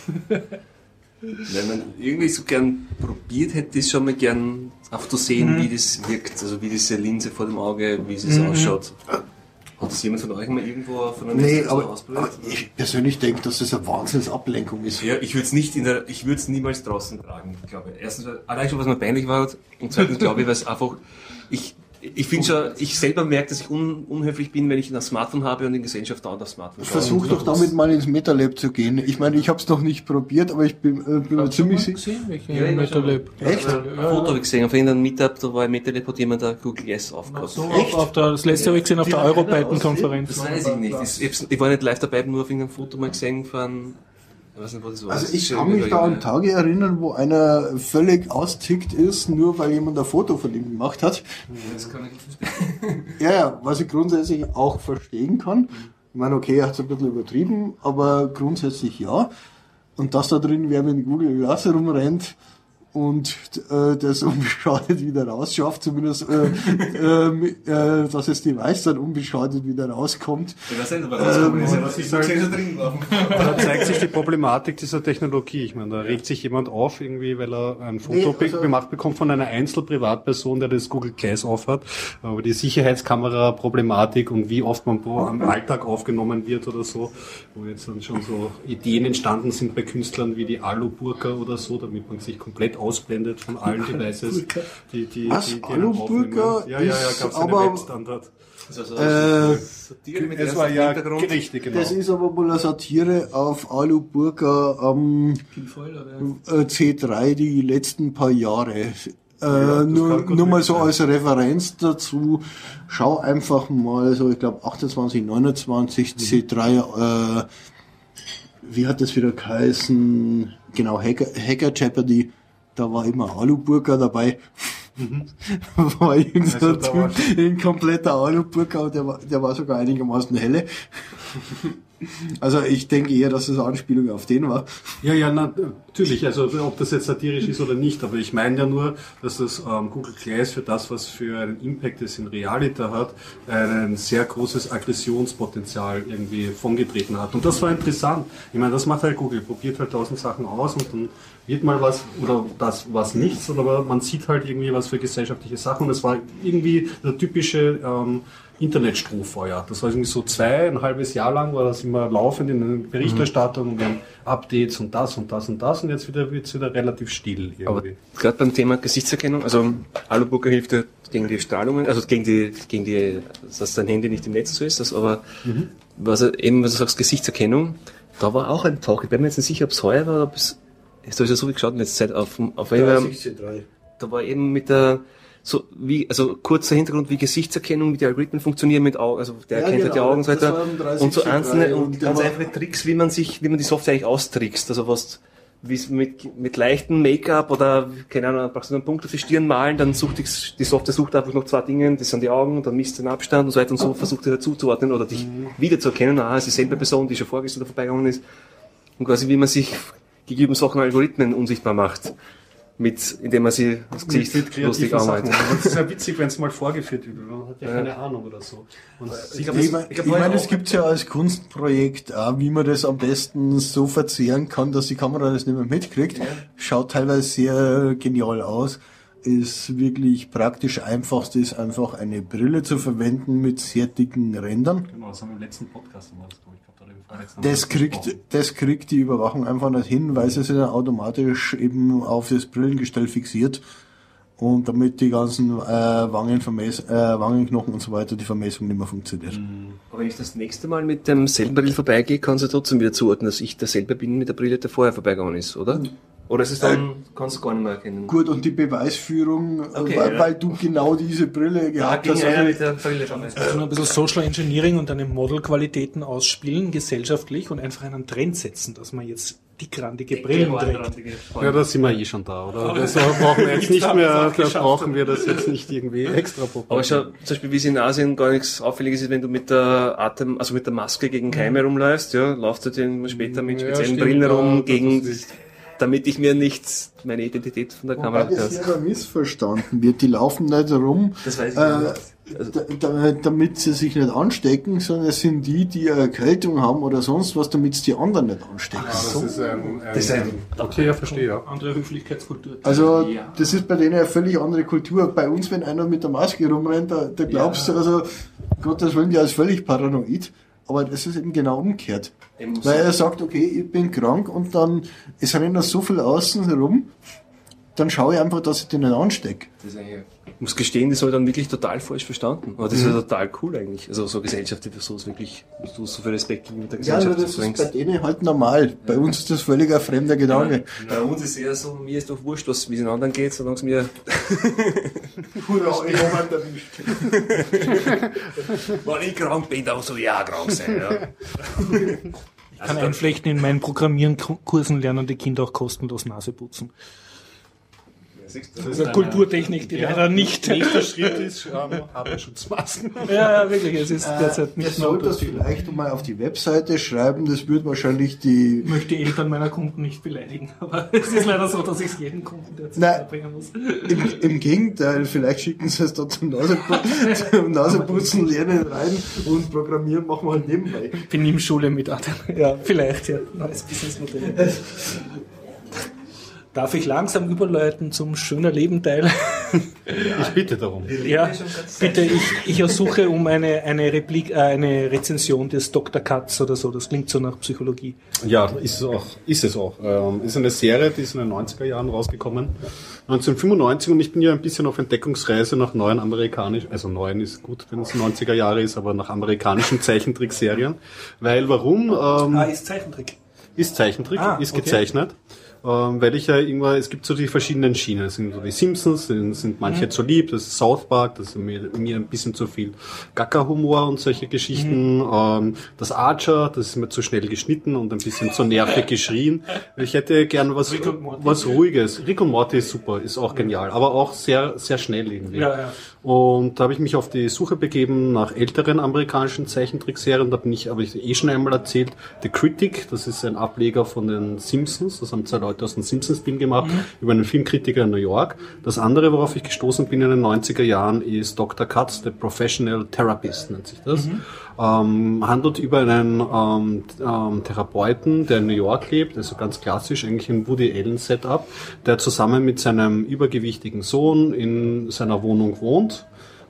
Wenn man irgendwie so gern probiert hätte, ist schon mal gern auch zu sehen, wie das wirkt, also wie diese Linse vor dem Auge, wie es ausschaut. Hat das jemand von euch mal irgendwo von einem Nee, Test aber, ausprobiert? aber ich persönlich denke, dass das eine Wahnsinnsablenkung ist. Ja, ich würde es nicht in der, ich würde es niemals draußen tragen, glaube ich. Erstens, weil, allein schon, was mir peinlich war, und zweitens glaube ich, weil es einfach, ich, ich finde schon, ich selber merke, dass ich un, unhöflich bin, wenn ich ein Smartphone habe und in Gesellschaft dauernd das Smartphone schaue. Versuch doch damit mal ins MetaLab zu gehen. Ich meine, ich habe es noch nicht probiert, aber ich bin, äh, bin mir ziemlich sicher. Ja, ich MetaLab. Echt? Ein Foto habe ich gesehen, auf irgendeinem Meetup, da war ein MetaLab, hat jemand da Google Glass aufgehabt. So, auf, auf der, das letzte habe ich gesehen auf der Die Europiten-Konferenz. Das weiß ich nicht. Ich, ich, ich war nicht live dabei, nur auf irgendeinem Foto mal gesehen von, ich weiß nicht, wo das war. Also Das ich ist kann schon mich da an wieder- Tage erinnern, wo einer völlig austickt ist, nur weil jemand ein Foto von ihm gemacht hat. Das kann ich nicht verstehen. Ja, ja, was ich grundsätzlich auch verstehen kann. Ich meine, okay, er hat es ein bisschen übertrieben, aber grundsätzlich ja. Und dass da drin wer mit Google Glass rumrennt und äh, das unbeschadet wieder rausschafft, zumindest äh, äh, äh, dass das Device dann unbeschadet wieder rauskommt. Ich weiß nicht, aber rauskommen ist ja was ich sag- schon drin war. Da zeigt sich die Problematik dieser Technologie. Ich meine, da regt sich jemand auf, irgendwie, weil er ein Foto Nee, also- gemacht bekommt von einer Einzelprivatperson, der das Google Glass aufhat. Aber die Sicherheitskamera-Problematik und wie oft man pro, am Alltag aufgenommen wird oder so, wo jetzt dann schon so Ideen entstanden sind bei Künstlern wie die Alu-Burka oder so, damit man sich komplett ausblendet von allen Devices, die, die, Was? die, die Alu-Burka aufnehmen. Ja, ja, ja, ist gab es einen aber- Webstandard. Also, Äh, Satire mit Es war ernstem ja Hintergrund. richtig, genau. Das ist aber wohl eine Satire auf Alu Burka am äh, C drei die letzten paar Jahre. Äh, das nur, kann gut nur mal möglich so sein. als Referenz dazu, schau einfach mal, so ich glaube achtundzwanzig, neunundzwanzig C drei, äh, wie hat das wieder geheißen? Genau, Hacker, Hacker Jeopardy, da war immer Alu-Burka dabei. war irgend so Also ein da war Typ in kompletter Alu-Burka und der war, der war sogar einigermaßen helle. Also ich denke eher, dass das eine Anspielung auf den war. Ja, ja, na, natürlich. Also ob das jetzt satirisch ist oder nicht, aber ich meine ja nur, dass das ähm, Google Glass für das, was für einen Impact es in Realita hat, ein sehr großes Aggressionspotenzial irgendwie vongetreten hat. Und das war interessant. Ich meine, das macht halt Google, probiert halt tausend Sachen aus und dann wird mal was, oder das was nichts, aber man sieht halt irgendwie was für gesellschaftliche Sachen und es war irgendwie der typische ähm, Internetstrohfeuer. Das war irgendwie so zwei, ein halbes Jahr lang, war das immer laufend in den Berichterstattungen, wir haben Updates und das und das und das und jetzt wieder wird es wieder relativ still irgendwie. Aber gerade beim Thema Gesichtserkennung, also Alubucker hilft ja gegen die Strahlungen, also gegen die, gegen die, dass dein Handy nicht im Netz so ist, das aber, mhm. was eben, was du sagst, Gesichtserkennung, da war auch ein Talk, ich bin mir jetzt nicht sicher, ob es heuer war, ob es, ist das ja so wie geschaut in letzter Zeit auf, auf ja, da war eben mit der, so wie, also kurzer Hintergrund, wie Gesichtserkennung, wie die Algorithmen funktionieren mit Augen, also der ja, erkennt halt genau, die Augen und so weiter. Und so einzelne und, und ganz einfache Tricks, wie man sich, wie man die Software eigentlich austrickst. Also was, wie es mit, mit leichtem Make-up oder, keine Ahnung, brauchst du einen Punkt auf die Stirn malen, dann sucht die, die Software sucht einfach noch zwei Dinge, das sind die Augen, dann misst den Abstand und so weiter und so, versucht dir zuzuordnen oder dich mhm. wiederzuerkennen, ah, es ist dieselbe Person, die schon vorgestern vorbeigegangen ist. Und quasi, wie man sich gegenüber solchen Algorithmen unsichtbar macht. Mit, indem man sie das Gesicht mit, mit lustig anmalt. Das ist ja witzig, wenn es mal vorgeführt wird. Man hat ja, ja keine Ahnung oder so. Und ich ich, ich meine, ich mein, es gibt ja als Kunstprojekt auch, wie man das am besten so verzehren kann, dass die Kamera das nicht mehr mitkriegt. Ja. Schaut teilweise sehr genial aus. Ist wirklich praktisch einfachst ist einfach eine Brille zu verwenden mit sehr dicken Rändern. Genau, das haben wir im letzten Podcast gemacht. Das kriegt, das kriegt die Überwachung einfach nicht hin, weil sie sich dann automatisch eben auf das Brillengestell fixiert und damit die ganzen äh, Wangenvermess, äh, Wangenknochen und so weiter, die Vermessung nicht mehr funktioniert. Aber wenn ich das nächste Mal mit demselben Brille vorbeigehe, kann sie trotzdem wieder zuordnen, dass ich derselbe bin mit der Brille, der vorher vorbeigegangen ist, oder? Oder ist es dann, äh, kannst du gar nicht mehr erkennen? Gut, und die Beweisführung, okay, weil, ja. weil du genau diese Brille gehabt ja, hast. Also mit der Brille also ein bisschen Social Engineering und deine Modelqualitäten ausspielen, gesellschaftlich und einfach einen Trend setzen, dass man jetzt dickrandige Brillen trägt. Ja, da sind wir eh schon da, oder? Das brauchen wir jetzt nicht mehr, da brauchen wir das jetzt nicht irgendwie extra probieren. Aber schau, zum Beispiel, wie es in Asien gar nichts Auffälliges ist, wenn du mit der Atem, also mit der Maske gegen Keime mhm. rumläufst, ja, laufst du dann später mit speziellen ja, Brillen rum, ja, gegen, damit ich mir nicht meine Identität von der Wobei Kamera das ja missverstanden wird. Die laufen nicht rum, das weiß ich äh, also, da, da, damit sie sich nicht anstecken, sondern es sind die, die eine Erkältung haben oder sonst was, damit sie die anderen nicht anstecken. Ah, das ist ein, ein, das ist ein okay, ja, verstehe, ja. Andere Höflichkeitskultur. Also, das ist bei denen eine völlig andere Kultur. Bei uns, wenn einer mit der Maske rumrennt, da, da glaubst ja. du, also, Gottes Willen, der ist völlig paranoid. Aber das ist eben genau umgekehrt. Eben Weil er sagt, okay, ich bin krank und dann, es rennen da so viel außen herum, dann schaue ich einfach, dass ich den nicht anstecke. Ich muss gestehen, das habe ich dann wirklich total falsch verstanden. Aber das mhm. ist ja total cool eigentlich. Also so Gesellschaft, die so ist wirklich, du so viel Respekt gegenüber der Ja, Gesellschaft. aber das ist bei denen halt normal. Bei uns ist das völlig ein fremder Gedanke. Ja, bei uns ist eher so, mir ist doch wurscht, was wie es den anderen geht, solange es mir... Hurra, ich habe einen erwischt. Wenn ich krank bin, dann so ja krank sein. Ja. Ich kann also einflechten, in meinen Programmierkursen lernen die Kinder auch kostenlos Nase putzen. Das ist eine Kulturtechnik, die ja, leider nicht... Nächster Schritt ist, ähm, Atemschutzmasken. Ja, ja, wirklich, es ist derzeit nicht äh, mehr... Ich sollte das vielleicht mal auf die Webseite schreiben, das wird wahrscheinlich die... Ich möchte die Eltern meiner Kunden nicht beleidigen, aber es ist leider so, dass ich es jedem Kunden derzeit bringen muss. Im, Im Gegenteil, vielleicht schicken sie es da zum Naseputzen, zum Naseputzen lernen rein und Programmieren machen wir halt nebenbei. Benimmschule mit Atem. Ja, vielleicht, ja. Neues Businessmodell. Darf ich langsam überleiten zum schöner Leben-Teil? Ich bitte darum. Ja, bitte, ich, ich ersuche um eine, eine Replik, äh, eine Rezension des Doktor Katz oder so. Das klingt so nach Psychologie. Ja, ist es auch. Ist es auch. Ähm, ist eine Serie, die ist in den neunziger Jahren rausgekommen. neunzehnhundertfünfundneunzig, und ich bin ja ein bisschen auf Entdeckungsreise nach neuen amerikanischen, also neuen ist gut, wenn es neunziger Jahre ist, aber nach amerikanischen Zeichentrickserien. Weil, warum? Ähm, ah, ist Zeichentrick. Ist Zeichentrick, ah, ist gezeichnet. Okay. Ähm, weil ich ja irgendwann, es gibt so die verschiedenen Schienen. Es sind so die Simpsons, sind, sind manche mhm. zu lieb, das ist South Park, das ist mir, mir ein bisschen zu viel Gacker-Humor und solche Geschichten. Mhm. Ähm, das Archer, das ist mir zu schnell geschnitten und ein bisschen zu nervig geschrien. Ich hätte gern was, was Ruhiges. Rick und Morty ist super, ist auch genial, aber auch sehr, sehr schnell irgendwie. Ja, ja. Und da habe ich mich auf die Suche begeben nach älteren amerikanischen Zeichentrickserien. Da bin ich, habe ich eh schon einmal erzählt, The Critic, das ist ein Ableger von den Simpsons, das haben zwei Leute aus dem Simpsons-Film gemacht, mhm. über einen Filmkritiker in New York. Das andere, worauf ich gestoßen bin in den neunziger Jahren, ist Doktor Katz, The Professional Therapist, nennt sich das. Mhm. Ähm, handelt über einen ähm, ähm, Therapeuten, der in New York lebt, also ganz klassisch, eigentlich ein Woody Allen-Setup, der zusammen mit seinem übergewichtigen Sohn in seiner Wohnung wohnt.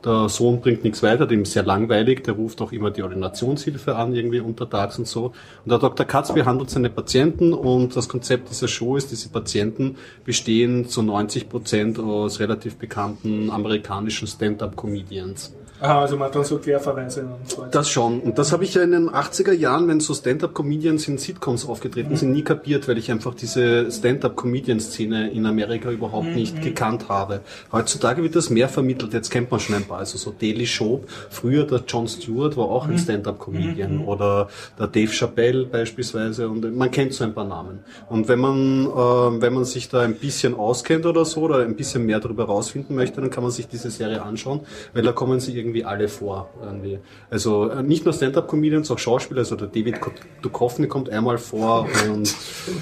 Der Sohn bringt nichts weiter, dem ist sehr langweilig, der ruft auch immer die Ordinationshilfe an, irgendwie untertags und so. Und der Doktor Katz behandelt seine Patienten und das Konzept dieser Show ist, diese Patienten bestehen zu neunzig Prozent aus relativ bekannten amerikanischen Stand-up-Comedians. Aha, also man hat dann so Querverweise und so. Das schon. Und das habe ich ja in den achtziger Jahren, wenn so Stand-up-Comedians in Sitcoms aufgetreten sind, nie kapiert, weil ich einfach diese Stand-up-Comedian-Szene in Amerika überhaupt mhm. nicht gekannt habe. Heutzutage wird das mehr vermittelt. Jetzt kennt man schon ein paar. Also so Daily Show. Früher der Jon Stewart war auch ein Stand-up-Comedian. Mhm. Oder der Dave Chappelle beispielsweise. Und man kennt so ein paar Namen. Und wenn man, äh, wenn man sich da ein bisschen auskennt oder so, oder ein bisschen mehr darüber rausfinden möchte, dann kann man sich diese Serie anschauen, weil da kommen sie irgendwie alle vor. Irgendwie. Also nicht nur Stand-up-Comedians, auch Schauspieler, also der David Duchovny kommt einmal vor und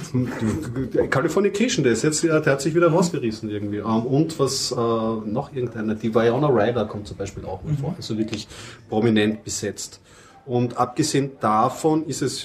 Californication, der ist jetzt, der hat sich wieder rausgerissen irgendwie. Und was äh, noch irgendeiner, die Winona Ryder kommt zum Beispiel auch mal vor, also wirklich prominent besetzt. Und abgesehen davon ist es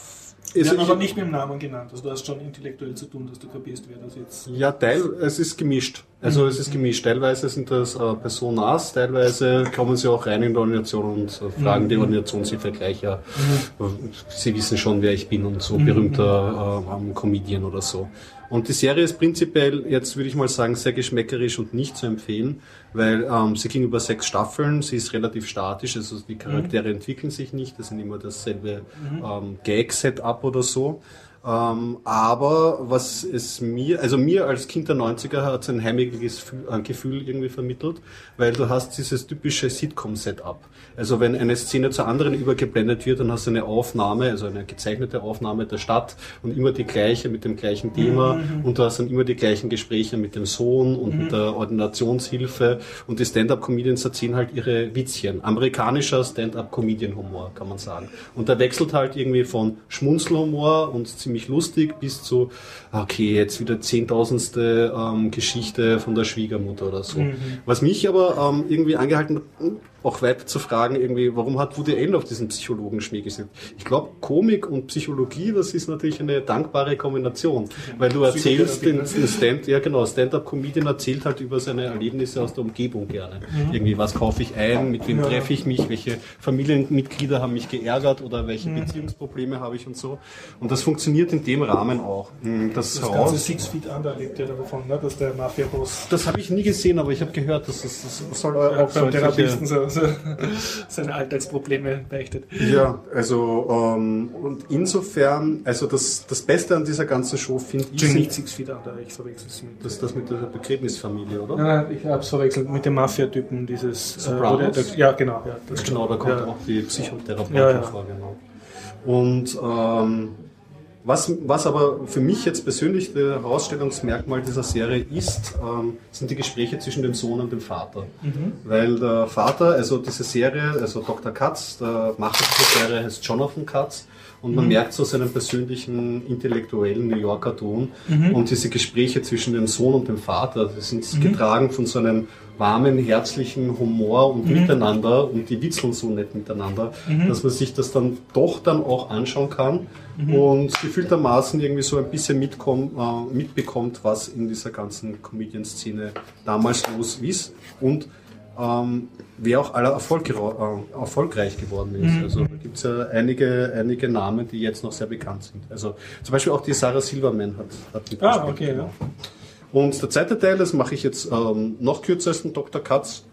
Wir haben aber nicht mit dem Namen genannt, also du hast schon intellektuell zu tun, dass du kapierst, wer das jetzt... Ja, teil, es ist gemischt. Also mhm. es ist gemischt. Teilweise sind das äh, Personas, teilweise kommen sie auch rein in die Ordination und äh, fragen mhm. die Ordinationshilfe gleich, ja, mhm. sie wissen schon, wer ich bin und so, mhm. berühmter äh, Comedian oder so. Und die Serie ist prinzipiell, jetzt würde ich mal sagen, sehr geschmäckerisch und nicht zu empfehlen, weil ähm, sie ging über sechs Staffeln, sie ist relativ statisch, also die Charaktere mhm. entwickeln sich nicht, das sind immer dasselbe mhm. ähm, Gag-Setup oder so. Ähm, aber was es mir, also mir als Kind der neunziger hat es ein heimeliges Gefühl, äh, Gefühl irgendwie vermittelt, weil du hast dieses typische Sitcom-Setup. Also wenn eine Szene zur anderen übergeblendet wird, dann hast du eine Aufnahme, also eine gezeichnete Aufnahme der Stadt und immer die gleiche mit dem gleichen Thema mhm. und du hast dann immer die gleichen Gespräche mit dem Sohn und mhm. mit der Ordinationshilfe und die Stand-up-Comedians erzählen halt ihre Witzchen. Amerikanischer Stand-up-Comedian-Humor, kann man sagen. Und der wechselt halt irgendwie von Schmunzelhumor und ziemlich lustig bis zu, okay, jetzt wieder zehntausendste ähm, Geschichte von der Schwiegermutter oder so. Mhm. Was mich aber ähm, irgendwie angehalten hat, auch weiter zu fragen, irgendwie, warum hat Woody Allen auf diesen Psychologen-Schmäh gesetzt? Ich glaube, Komik und Psychologie, das ist natürlich eine dankbare Kombination, weil du erzählst den, den Stand, ja genau, Stand-up-Comedian erzählt halt über seine Erlebnisse aus der Umgebung gerne. Mhm. Irgendwie, was kaufe ich ein, mit wem ja. treffe ich mich, welche Familienmitglieder haben mich geärgert oder welche mhm. Beziehungsprobleme habe ich und so. Und das funktioniert in dem Rahmen auch. Das, das ganze Six Feet Under lebt ja davon, ne, dass der Mafia-Boss... Das habe ich nie gesehen, aber ich habe gehört, dass das, das soll ja, auch beim Therapisten so seine Alltagsprobleme beichtet. Ja, also ähm, und insofern, also das, das Beste an dieser ganzen Show finde ich... Nicht Six Feet Under, ich verwechsel es mit... Das ist das mit der Begräbnisfamilie, oder? Nein, nein, ich habe es verwechselt mit dem Mafia-Typen, dieses... Sopranos? Äh, der, ja, genau. Ja, das genau, da kommt ja. auch die Psychotherapeutin ja, ja. vor, genau. Und ähm, was, was aber für mich jetzt persönlich das Herausstellungsmerkmal dieser Serie ist, ähm, sind die Gespräche zwischen dem Sohn und dem Vater. Mhm. Weil der Vater, also diese Serie, also Doktor Katz, der Macher dieser Serie heißt Jonathan Katz, und man mhm. merkt so seinen persönlichen, intellektuellen New Yorker Ton. Mhm. Und diese Gespräche zwischen dem Sohn und dem Vater, die sind mhm. getragen von so einem warmen, herzlichen Humor und mhm. Miteinander, und die witzeln so nett miteinander, mhm. dass man sich das dann doch dann auch anschauen kann mhm. und gefühltermaßen irgendwie so ein bisschen mitkommt, äh, mitbekommt, was in dieser ganzen Comedian-Szene damals los ist und ähm, wer auch aller Erfolg, äh, erfolgreich geworden ist. Mhm. Also da gibt es ja einige, einige Namen, die jetzt noch sehr bekannt sind. Also zum Beispiel auch die Sarah Silverman hat, hat mitgespielt. Ah, okay, ja. Und der zweite Teil, das mache ich jetzt ähm, noch kürzer als den Doktor Katz.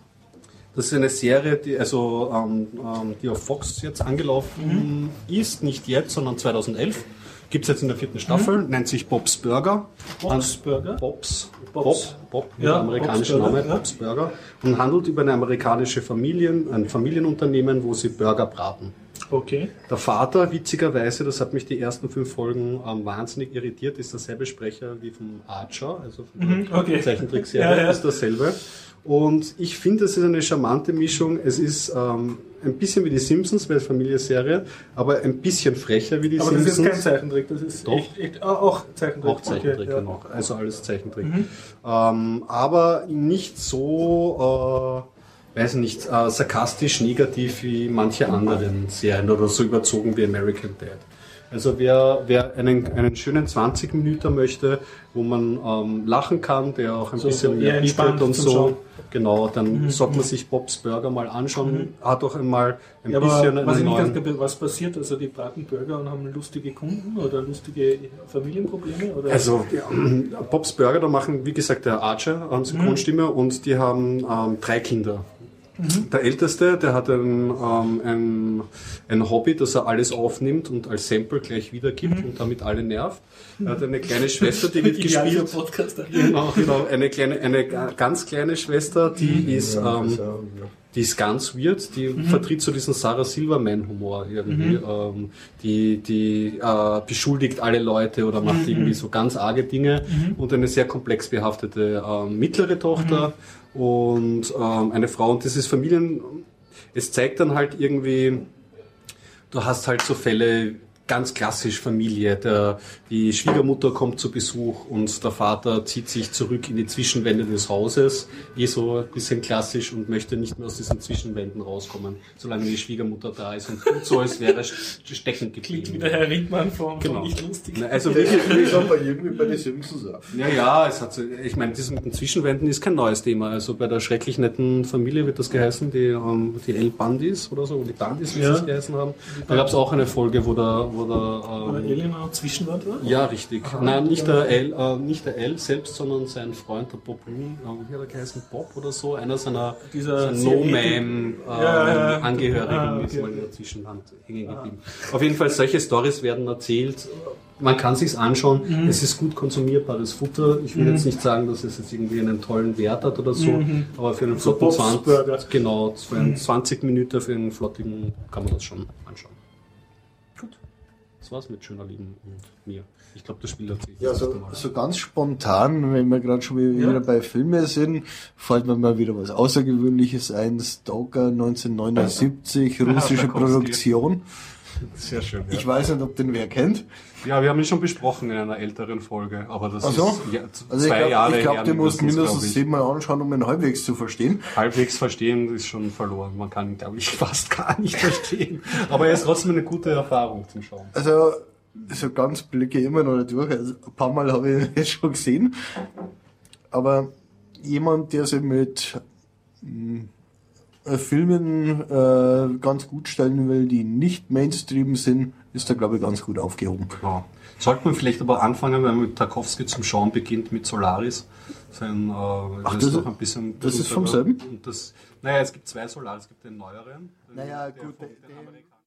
Das ist eine Serie, die, also, ähm, ähm, die auf Fox jetzt angelaufen mhm. ist, nicht jetzt, sondern zweitausendelf. Gibt es jetzt in der vierten Staffel, mhm. nennt sich Bob's Burger. Bob's Burger? Bob's, Bob's. Bob, Bob mit ja, amerikanischem Name, ja. Bob's Burger. Und handelt über eine amerikanische Familien, ein Familienunternehmen, wo sie Burger braten. Okay. Der Vater, witzigerweise, das hat mich die ersten fünf Folgen ähm, wahnsinnig irritiert, ist derselbe Sprecher wie vom Archer, also von der mhm, okay. Zeichentrickserie, ja, ja. ist dasselbe. Und ich finde, es ist eine charmante Mischung. Es ist ähm, ein bisschen wie die Simpsons, weil es Familienserie, aber ein bisschen frecher wie die aber Simpsons. Aber das ist kein Zeichentrick, das ist Doch. echt, echt auch Zeichentrick. Auch Zeichentrick, okay, genau. Ja. Also alles Zeichentrick. Mhm. Ähm, aber nicht so... Äh, weiß nicht, äh, sarkastisch, negativ wie manche anderen Serien oder so überzogen wie American Dad. Also wer, wer einen, einen schönen zwanzig Minuten möchte, wo man ähm, lachen kann, der auch ein so, bisschen mehr bietet und so, Schauen. genau, dann Mhm. sollte man sich Bob's Burger mal anschauen, mhm. hat auch einmal ein ja, bisschen aber was, einen ich neuen... nicht ganz, was passiert? Also die braten Burger und haben lustige Kunden oder lustige Familienprobleme? Oder? Also ja, Bob's Burger, da machen, wie gesagt, der Archer an Synchronstimme mhm. und die haben ähm, drei Kinder. Mhm. Der Älteste, der hat ein, ähm, ein, ein Hobby, dass er alles aufnimmt und als Sample gleich wiedergibt mhm. und damit alle nervt. Er hat eine kleine Schwester, die wird gespielt. Genau, genau. Eine kleine, eine ganz kleine Schwester, die mhm. ist, ähm, die ist ganz weird. Die mhm. vertritt so diesen Sarah Silverman-Humor irgendwie. Mhm. Ähm, die, die äh, beschuldigt alle Leute oder macht mhm. irgendwie so ganz arge Dinge mhm. und eine sehr komplex behaftete äh, mittlere Tochter. Mhm. Und ähm, eine Frau, und das ist Familien, es zeigt dann halt irgendwie, du hast halt so Fälle, ganz klassisch Familie, der, die Schwiegermutter kommt zu Besuch und der Vater zieht sich zurück in die Zwischenwände des Hauses, eh so ein bisschen klassisch und möchte nicht mehr aus diesen Zwischenwänden rauskommen, solange die Schwiegermutter da ist und tut so, als wäre stecken geblieben. Klingt wie der Herr Riedmann von, genau. von Nicht lustig. Na, also wirklich, ich kann bei irgendwie bei den Simpsons auch. Ja, ja, es hat so, ich meine, das mit den Zwischenwänden ist kein neues Thema. Also bei der schrecklich netten Familie wird das geheißen, die, ähm, die El Bundys oder so, die Bundys, wie ja. sie es geheißen haben. Da gab es auch eine Folge, wo der, wo der, ähm, Alien auch Zwischenwand war? Ja, richtig. Aha, Nein, nicht der L, äh, nicht der L selbst, sondern sein Freund, der Bob Moon, äh, wie hat er geheißen, Bob oder so, einer seiner No-Man-Angehörigen äh, ja, ja. Angehörigen ah, okay. ist mal in der Zwischenwand hängen geblieben. Ah. Auf jeden Fall, solche Stories werden erzählt. Man kann sich's anschauen. Mhm. Es ist gut konsumierbares Futter. Ich will mhm. jetzt nicht sagen, dass es jetzt irgendwie einen tollen Wert hat oder so, mhm. aber für einen flotten so zwanzig, genau, für einen zwanzig Minuten für einen flottigen kann man das schon anschauen. Gut. Das war's mit Schöner Lieben und mir. Ich glaube, das Spiel hat sich ja, so, so ganz spontan, wenn wir gerade schon wieder ja. bei Filmen sind, fällt mir mal wieder was Außergewöhnliches ein. Stalker neunzehnhundertneunundsiebzig, russische Produktion. Sehr schön. Ja. Ich weiß nicht, ob den wer kennt. Ja, wir haben ihn schon besprochen in einer älteren Folge, aber das so? ist ja, also zwei ich glaub, Jahre ich glaub, her. Den musst mindestens zehnmal anschauen, um ihn halbwegs zu verstehen. Halbwegs verstehen ist schon verloren. Man kann ihn, glaube ich, fast gar nicht verstehen. Aber er ist trotzdem eine gute Erfahrung zum Schauen. Also, so ganz blicke ich immer noch nicht durch. Also, ein paar Mal habe ich ihn jetzt schon gesehen. Aber jemand, der sich mit mh, Filmen äh, ganz gut stellen will, die nicht Mainstream sind, ist da, glaube ich, ganz gut aufgehoben. Genau. Sollte man vielleicht aber anfangen, wenn man mit Tarkovsky zum Schauen beginnt, mit Solaris. Sein, äh, Ach, das, das ist noch ein bisschen. Das ist vom selben? Und das, naja, es gibt zwei Solaris, es gibt den neueren. Naja, gut. Der, der